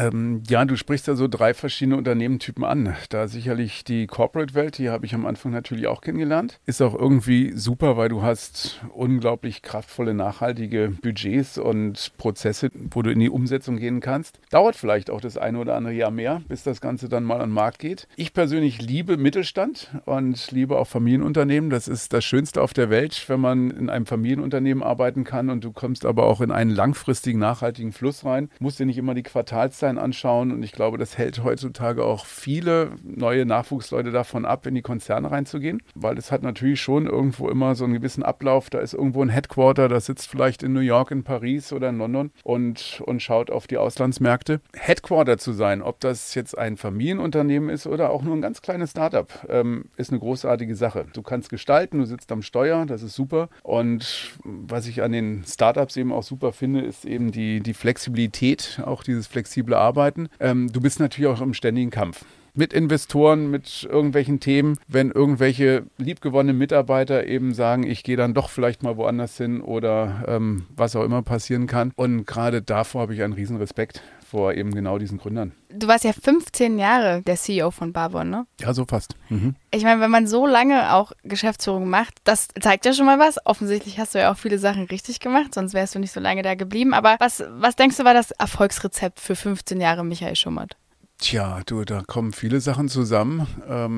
Ja, du sprichst da so 3 verschiedene Unternehmentypen an. Da sicherlich die Corporate-Welt, die habe ich am Anfang natürlich auch kennengelernt. Ist auch irgendwie super, weil du hast unglaublich kraftvolle, nachhaltige Budgets und Prozesse, wo du in die Umsetzung gehen kannst. Dauert vielleicht auch das eine oder andere Jahr mehr, bis das Ganze dann mal an den Markt geht. Ich persönlich liebe Mittelstand und liebe auch Familienunternehmen. Das ist das Schönste auf der Welt, wenn man in einem Familienunternehmen arbeiten kann und du kommst aber auch in einen langfristigen, nachhaltigen Fluss rein. Du musst dir nicht immer die Quartalszahlen anschauen und ich glaube, das hält heutzutage auch viele neue Nachwuchsleute davon ab, in die Konzerne reinzugehen, weil es hat natürlich schon irgendwo immer so einen gewissen Ablauf, da ist irgendwo ein Headquarter, das sitzt vielleicht in New York, in Paris oder in London und schaut auf die Auslandsmärkte. Headquarter zu sein, ob das jetzt ein Familienunternehmen ist oder auch nur ein ganz kleines Startup, ist eine großartige Sache. Du kannst gestalten, du sitzt am Steuer, das ist super und was ich an den Startups eben auch super finde, ist eben die Flexibilität, auch dieses flexible Arbeiten. Du bist natürlich auch im ständigen Kampf. Mit Investoren, mit irgendwelchen Themen, wenn irgendwelche liebgewonnenen Mitarbeiter eben sagen, ich gehe dann doch vielleicht mal woanders hin oder was auch immer passieren kann. Und gerade davor habe ich einen riesen Respekt vor eben genau diesen Gründern. Du warst ja 15 Jahre der CEO von Barbour, ne? Ja, so fast. Mhm. Ich meine, wenn man so lange auch Geschäftsführung macht, das zeigt ja schon mal was. Offensichtlich hast du ja auch viele Sachen richtig gemacht, sonst wärst du nicht so lange da geblieben. Aber was denkst du, war das Erfolgsrezept für 15 Jahre Michael Schummert? Tja, da kommen viele Sachen zusammen.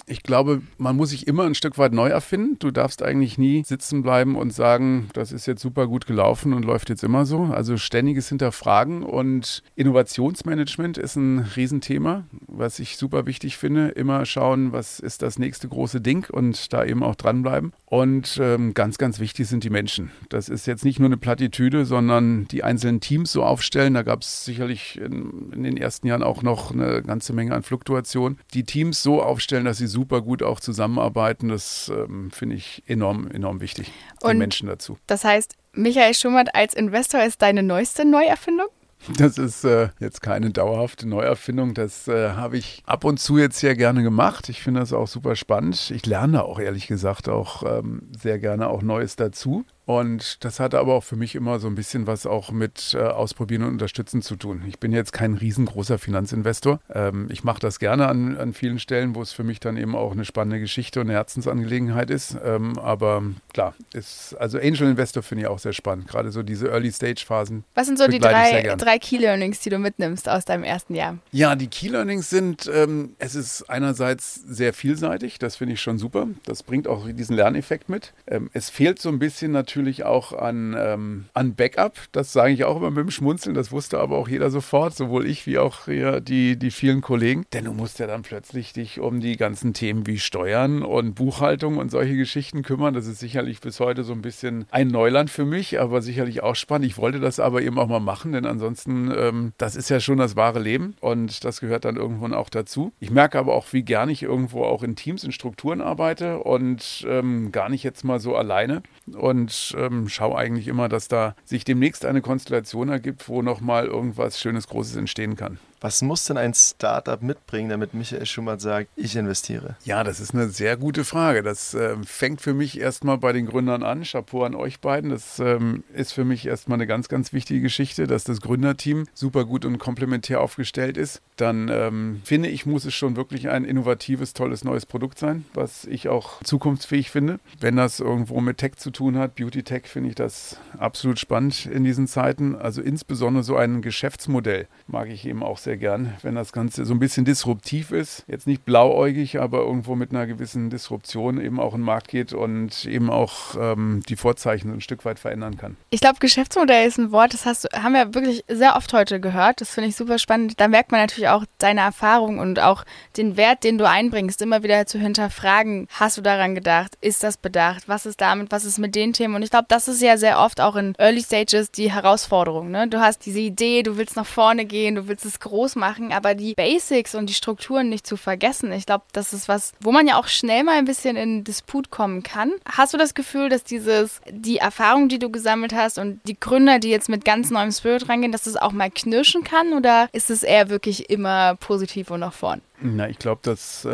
Ich glaube, man muss sich immer ein Stück weit neu erfinden. Du darfst eigentlich nie sitzen bleiben und sagen, das ist jetzt super gut gelaufen und läuft jetzt immer so. Also ständiges Hinterfragen und Innovationsmanagement ist ein Riesenthema, was ich super wichtig finde. Immer schauen, was ist das nächste große Ding und da eben auch dranbleiben. Und ganz, ganz wichtig sind die Menschen. Das ist jetzt nicht nur eine Plattitüde, sondern die einzelnen Teams so aufstellen. Da gab es sicherlich in den ersten Jahren auch noch eine ganze Menge an Fluktuation. Die Teams so aufstellen, dass sie super gut auch zusammenarbeiten, das finde ich enorm, enorm wichtig, die Menschen dazu. Das heißt, Michael Schummert als Investor ist deine neueste Neuerfindung? Das ist jetzt keine dauerhafte Neuerfindung. Das habe ich ab und zu jetzt sehr gerne gemacht. Ich finde das auch super spannend. Ich lerne auch ehrlich gesagt auch sehr gerne auch Neues dazu. Und das hatte aber auch für mich immer so ein bisschen was auch mit Ausprobieren und Unterstützen zu tun. Ich bin jetzt kein riesengroßer Finanzinvestor. Ich mache das gerne an vielen Stellen, wo es für mich dann eben auch eine spannende Geschichte und eine Herzensangelegenheit ist. Aber klar, also Angel Investor finde ich auch sehr spannend. Gerade so diese Early-Stage-Phasen. Was sind so die drei Key-Learnings, die du mitnimmst aus deinem ersten Jahr? Ja, die Key-Learnings sind, es ist einerseits sehr vielseitig. Das finde ich schon super. Das bringt auch diesen Lerneffekt mit. Es fehlt so ein bisschen natürlich auch an Backup. Das sage ich auch immer mit dem Schmunzeln. Das wusste aber auch jeder sofort, sowohl ich wie auch die vielen Kollegen. Denn du musst ja dann plötzlich dich um die ganzen Themen wie Steuern und Buchhaltung und solche Geschichten kümmern. Das ist sicherlich bis heute so ein bisschen ein Neuland für mich, aber sicherlich auch spannend. Ich wollte das aber eben auch mal machen, denn ansonsten, das ist ja schon das wahre Leben und das gehört dann irgendwann auch dazu. Ich merke aber auch, wie gerne ich irgendwo auch in Teams, in Strukturen arbeite und gar nicht jetzt mal so alleine. Und schaue eigentlich immer, dass da sich demnächst eine Konstellation ergibt, wo nochmal irgendwas Schönes, Großes entstehen kann. Was muss denn ein Startup mitbringen, damit Michael Schummert sagt, ich investiere? Ja, das ist eine sehr gute Frage. Das fängt für mich erstmal bei den Gründern an. Chapeau an euch beiden. Das ist für mich erstmal eine ganz, ganz wichtige Geschichte, dass das Gründerteam super gut und komplementär aufgestellt ist. Dann finde ich, muss es schon wirklich ein innovatives, tolles, neues Produkt sein, was ich auch zukunftsfähig finde. Wenn das irgendwo mit Tech zu tun hat, Beauty-Tech, finde ich das absolut spannend in diesen Zeiten. Also insbesondere so ein Geschäftsmodell mag ich eben auch sehr gern, wenn das Ganze so ein bisschen disruptiv ist. Jetzt nicht blauäugig, aber irgendwo mit einer gewissen Disruption eben auch in den Markt geht und eben auch die Vorzeichen ein Stück weit verändern kann. Ich glaube, Geschäftsmodell ist ein Wort, das haben wir wirklich sehr oft heute gehört. Das finde ich super spannend. Da merkt man natürlich auch deine Erfahrung und auch den Wert, den du einbringst, immer wieder zu hinterfragen. Hast du daran gedacht? Ist das bedacht? Was ist damit? Was ist mit den Themen? Und ich glaube, das ist ja sehr oft auch in Early Stages die Herausforderung. Ne? Du hast diese Idee, du willst nach vorne gehen, du willst es groß machen, aber die Basics und die Strukturen nicht zu vergessen. Ich glaube, das ist was, wo man ja auch schnell mal ein bisschen in Disput kommen kann. Hast du das Gefühl, dass die Erfahrung, die du gesammelt hast und die Gründer, die jetzt mit ganz neuem Spirit rangehen, dass das auch mal knirschen kann oder ist es eher wirklich immer positiv und nach vorn? Na, ich glaube, das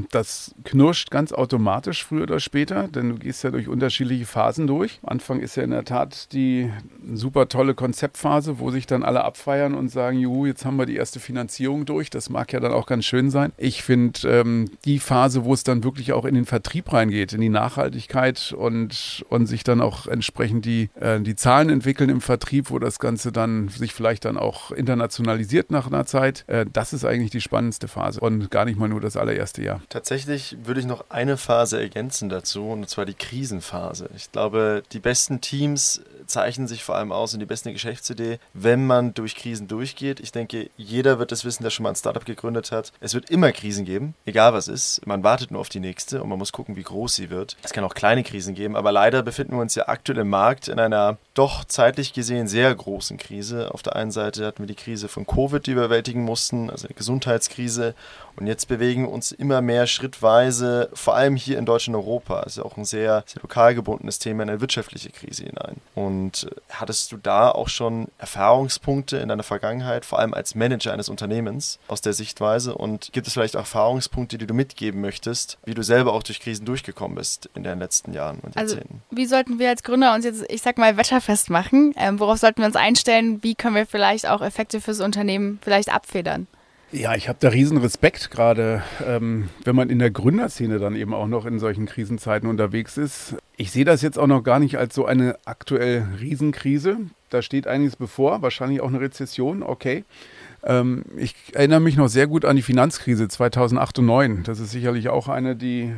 knirscht ganz automatisch früher oder später, denn du gehst ja durch unterschiedliche Phasen durch. Am Anfang ist ja in der Tat die super tolle Konzeptphase, wo sich dann alle abfeiern und sagen, juhu, jetzt haben wir die erste Finanzierung durch. Das mag ja dann auch ganz schön sein. Ich finde, die Phase, wo es dann wirklich auch in den Vertrieb reingeht, in die Nachhaltigkeit und sich dann auch entsprechend die Zahlen entwickeln im Vertrieb, wo das Ganze dann sich vielleicht dann auch internationalisiert nach einer Zeit, das ist eigentlich die spannendste Phase. Und gar nicht mal nur das allererste Jahr. Tatsächlich würde ich noch eine Phase ergänzen dazu, und zwar die Krisenphase. Ich glaube, die besten Teams zeichnen sich vor allem aus und die beste Geschäftsidee, wenn man durch Krisen durchgeht. Ich denke, jeder wird es wissen, der schon mal ein Startup gegründet hat. Es wird immer Krisen geben, egal was ist. Man wartet nur auf die nächste und man muss gucken, wie groß sie wird. Es kann auch kleine Krisen geben, aber leider befinden wir uns ja aktuell im Markt in einer doch zeitlich gesehen sehr großen Krise. Auf der einen Seite hatten wir die Krise von Covid, die wir bewältigen mussten, also eine Gesundheitskrise. Und jetzt bewegen wir uns immer mehr schrittweise, vor allem hier in Deutschland und Europa, also auch ein sehr, sehr lokal gebundenes Thema, in eine wirtschaftliche Krise hinein. Und hattest du da auch schon Erfahrungspunkte in deiner Vergangenheit, vor allem als Manager eines Unternehmens aus der Sichtweise? Und gibt es vielleicht auch Erfahrungspunkte, die du mitgeben möchtest, wie du selber auch durch Krisen durchgekommen bist in den letzten Jahren und Jahrzehnten? Also wie sollten wir als Gründer uns jetzt, ich sag mal, wetterfest machen? Worauf sollten wir uns einstellen? Wie können wir vielleicht auch Effekte fürs Unternehmen vielleicht abfedern? Ja, ich habe da riesen Respekt, gerade wenn man in der Gründerszene dann eben auch noch in solchen Krisenzeiten unterwegs ist. Ich sehe das jetzt auch noch gar nicht als so eine aktuell Riesenkrise. Da steht einiges bevor, wahrscheinlich auch eine Rezession, okay. Ich erinnere mich noch sehr gut an die Finanzkrise 2008 und 2009. Das ist sicherlich auch eine, die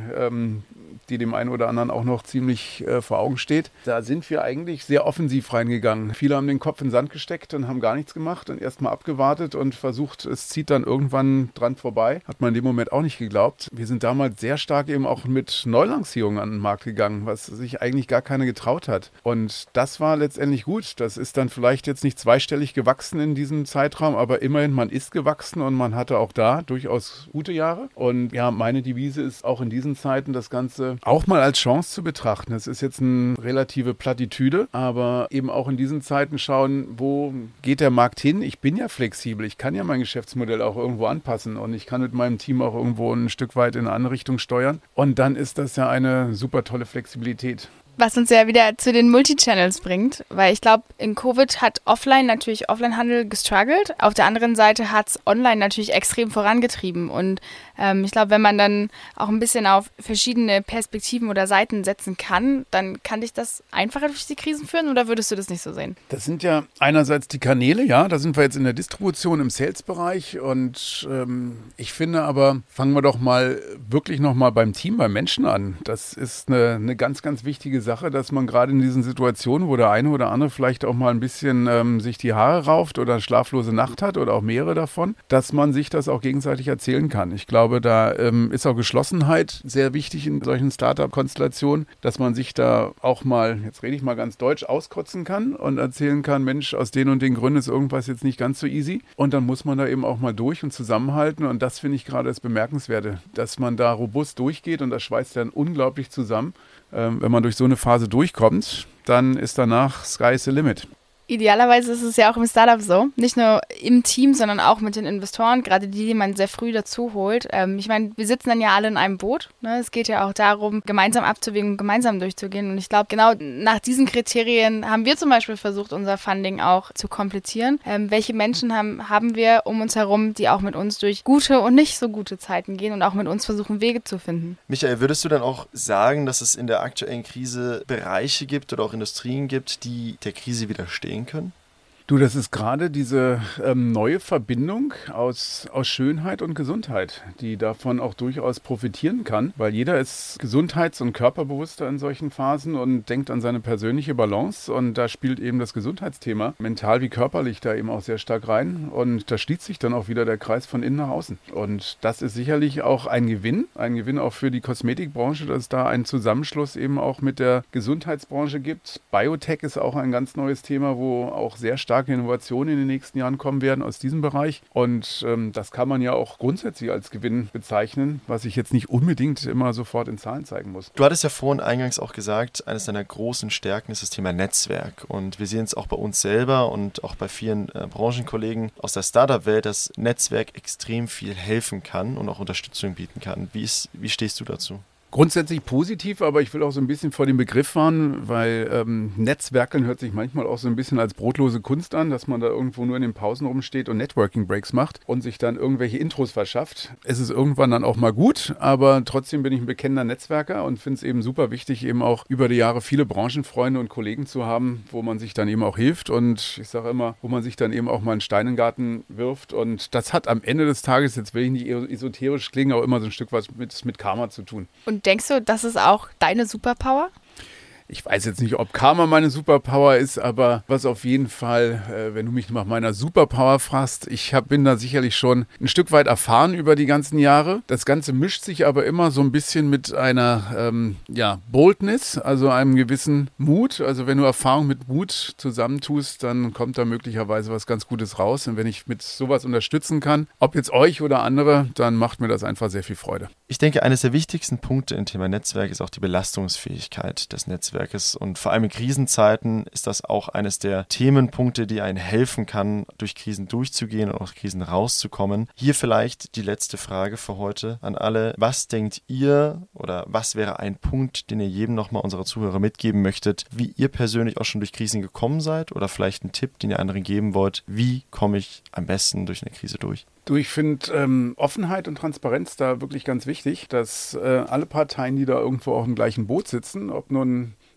dem einen oder anderen auch noch ziemlich vor Augen steht. Da sind wir eigentlich sehr offensiv reingegangen. Viele haben den Kopf in den Sand gesteckt und haben gar nichts gemacht und erstmal abgewartet und versucht, es zieht dann irgendwann dran vorbei. Hat man in dem Moment auch nicht geglaubt. Wir sind damals sehr stark eben auch mit Neulancierungen an den Markt gegangen, was sich eigentlich gar keiner getraut hat. Und das war letztendlich gut. Das ist dann vielleicht jetzt nicht zweistellig gewachsen in diesem Zeitraum, aber immerhin, man ist gewachsen und man hatte auch da durchaus gute Jahre. Und ja, meine Devise ist auch in diesen Zeiten, das Ganze auch mal als Chance zu betrachten. Das ist jetzt eine relative Plattitüde, aber eben auch in diesen Zeiten schauen, wo geht der Markt hin? Ich bin ja flexibel, ich kann ja mein Geschäftsmodell auch irgendwo anpassen und ich kann mit meinem Team auch irgendwo ein Stück weit in eine andere Richtung steuern. Und dann ist das ja eine super tolle Flexibilität. Was uns ja wieder zu den Multichannels bringt, weil ich glaube, in Covid hat Offline-Handel gestruggelt. Auf der anderen Seite hat es online natürlich extrem vorangetrieben. Und ich glaube, wenn man dann auch ein bisschen auf verschiedene Perspektiven oder Seiten setzen kann, dann kann dich das einfacher durch die Krisen führen, oder würdest du das nicht so sehen? Das sind ja einerseits die Kanäle, ja, da sind wir jetzt in der Distribution, im Sales-Bereich und ich finde aber, fangen wir doch mal wirklich nochmal beim Team, beim Menschen an. Das ist eine ganz, ganz wichtige Sache, dass man gerade in diesen Situationen, wo der eine oder andere vielleicht auch mal ein bisschen sich die Haare rauft oder eine schlaflose Nacht hat oder auch mehrere davon, dass man sich das auch gegenseitig erzählen kann. Ich glaube, da ist auch Geschlossenheit sehr wichtig in solchen Startup-Konstellationen, dass man sich da auch mal, jetzt rede ich mal ganz deutsch, auskotzen kann und erzählen kann, Mensch, aus den und den Gründen ist irgendwas jetzt nicht ganz so easy. Und dann muss man da eben auch mal durch und zusammenhalten. Und das finde ich gerade das Bemerkenswerte, dass man da robust durchgeht und das schweißt dann unglaublich zusammen. Wenn man durch so eine Phase durchkommt, dann ist danach Sky's the limit. Idealerweise ist es ja auch im Startup so, nicht nur im Team, sondern auch mit den Investoren, gerade die man sehr früh dazu holt. Ich meine, wir sitzen dann ja alle in einem Boot. Ne? Es geht ja auch darum, gemeinsam abzuwägen und gemeinsam durchzugehen. Und ich glaube, genau nach diesen Kriterien haben wir zum Beispiel versucht, unser Funding auch zu komplettieren. Welche Menschen haben wir um uns herum, die auch mit uns durch gute und nicht so gute Zeiten gehen und auch mit uns versuchen, Wege zu finden? Michael, würdest du dann auch sagen, dass es in der aktuellen Krise Bereiche gibt oder auch Industrien gibt, die der Krise widerstehen können? Du, das ist gerade diese neue Verbindung aus Schönheit und Gesundheit, die davon auch durchaus profitieren kann, weil jeder ist gesundheits- und körperbewusster in solchen Phasen und denkt an seine persönliche Balance und da spielt eben das Gesundheitsthema mental wie körperlich da eben auch sehr stark rein und da schließt sich dann auch wieder der Kreis von innen nach außen und das ist sicherlich auch ein Gewinn auch für die Kosmetikbranche, dass es da einen Zusammenschluss eben auch mit der Gesundheitsbranche gibt. Biotech ist auch ein ganz neues Thema, wo auch sehr starke Innovationen in den nächsten Jahren kommen werden aus diesem Bereich. Und das kann man ja auch grundsätzlich als Gewinn bezeichnen, was ich jetzt nicht unbedingt immer sofort in Zahlen zeigen muss. Du hattest ja vorhin eingangs auch gesagt, eines deiner großen Stärken ist das Thema Netzwerk. Und wir sehen es auch bei uns selber und auch bei vielen Branchenkollegen aus der Startup-Welt, dass Netzwerk extrem viel helfen kann und auch Unterstützung bieten kann. Wie stehst du dazu? Grundsätzlich positiv, aber ich will auch so ein bisschen vor dem Begriff warnen, weil Netzwerkeln hört sich manchmal auch so ein bisschen als brotlose Kunst an, dass man da irgendwo nur in den Pausen rumsteht und Networking-Breaks macht und sich dann irgendwelche Intros verschafft. Es ist irgendwann dann auch mal gut, aber trotzdem bin ich ein bekennender Netzwerker und finde es eben super wichtig, eben auch über die Jahre viele Branchenfreunde und Kollegen zu haben, wo man sich dann eben auch hilft und ich sage immer, wo man sich dann eben auch mal einen Stein in den Garten wirft und das hat am Ende des Tages, jetzt will ich nicht esoterisch klingen, auch immer so ein Stück was mit Karma zu tun. Und denkst du, das ist auch deine Superpower? Ich weiß jetzt nicht, ob Karma meine Superpower ist, aber was auf jeden Fall, wenn du mich nach meiner Superpower fragst, bin da sicherlich schon ein Stück weit erfahren über die ganzen Jahre. Das Ganze mischt sich aber immer so ein bisschen mit einer Boldness, also einem gewissen Mut. Also wenn du Erfahrung mit Mut zusammentust, dann kommt da möglicherweise was ganz Gutes raus. Und wenn ich mit sowas unterstützen kann, ob jetzt euch oder andere, dann macht mir das einfach sehr viel Freude. Ich denke, eines der wichtigsten Punkte im Thema Netzwerk ist auch die Belastungsfähigkeit des Netzwerkes. Und vor allem in Krisenzeiten ist das auch eines der Themenpunkte, die einen helfen kann, durch Krisen durchzugehen und aus Krisen rauszukommen. Hier vielleicht die letzte Frage für heute an alle. Was denkt ihr oder was wäre ein Punkt, den ihr jedem nochmal unserer Zuhörer mitgeben möchtet, wie ihr persönlich auch schon durch Krisen gekommen seid oder vielleicht einen Tipp, den ihr anderen geben wollt? Wie komme ich am besten durch eine Krise durch? Du, ich finde Offenheit und Transparenz da wirklich ganz wichtig, dass alle Parteien, die da irgendwo auch im gleichen Boot sitzen, ob nun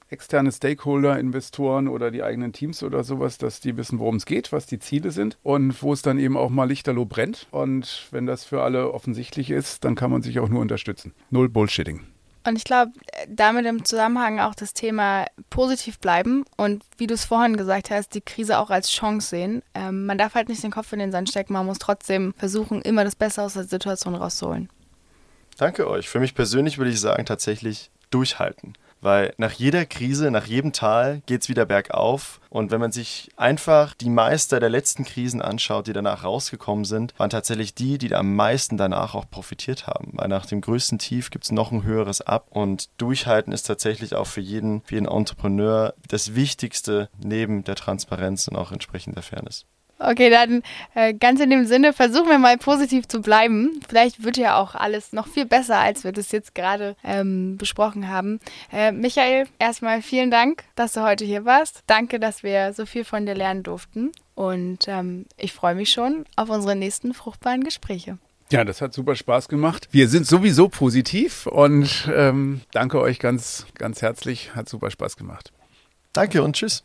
externe Stakeholder, Investoren oder die eigenen Teams oder sowas, dass die wissen, worum es geht, was die Ziele sind und wo es dann eben auch mal lichterloh brennt. Und wenn das für alle offensichtlich ist, dann kann man sich auch nur unterstützen. Null Bullshitting. Und ich glaube, damit im Zusammenhang auch das Thema positiv bleiben und wie du es vorhin gesagt hast, die Krise auch als Chance sehen. Man darf halt nicht den Kopf in den Sand stecken, man muss trotzdem versuchen, immer das Beste aus der Situation rauszuholen. Danke euch. Für mich persönlich würde ich sagen, tatsächlich durchhalten. Weil nach jeder Krise, nach jedem Tal geht es wieder bergauf. Und wenn man sich einfach die Meister der letzten Krisen anschaut, die danach rausgekommen sind, waren tatsächlich die, die am meisten danach auch profitiert haben. Weil nach dem größten Tief gibt es noch ein höheres Ab. Und durchhalten ist tatsächlich auch für jeden Entrepreneur das Wichtigste neben der Transparenz und auch entsprechend der Fairness. Okay, dann ganz in dem Sinne, versuchen wir mal positiv zu bleiben. Vielleicht wird ja auch alles noch viel besser, als wir das jetzt gerade besprochen haben. Michael, erstmal vielen Dank, dass du heute hier warst. Danke, dass wir so viel von dir lernen durften. Und ich freue mich schon auf unsere nächsten fruchtbaren Gespräche. Ja, das hat super Spaß gemacht. Wir sind sowieso positiv und danke euch ganz, ganz herzlich. Hat super Spaß gemacht. Danke und tschüss.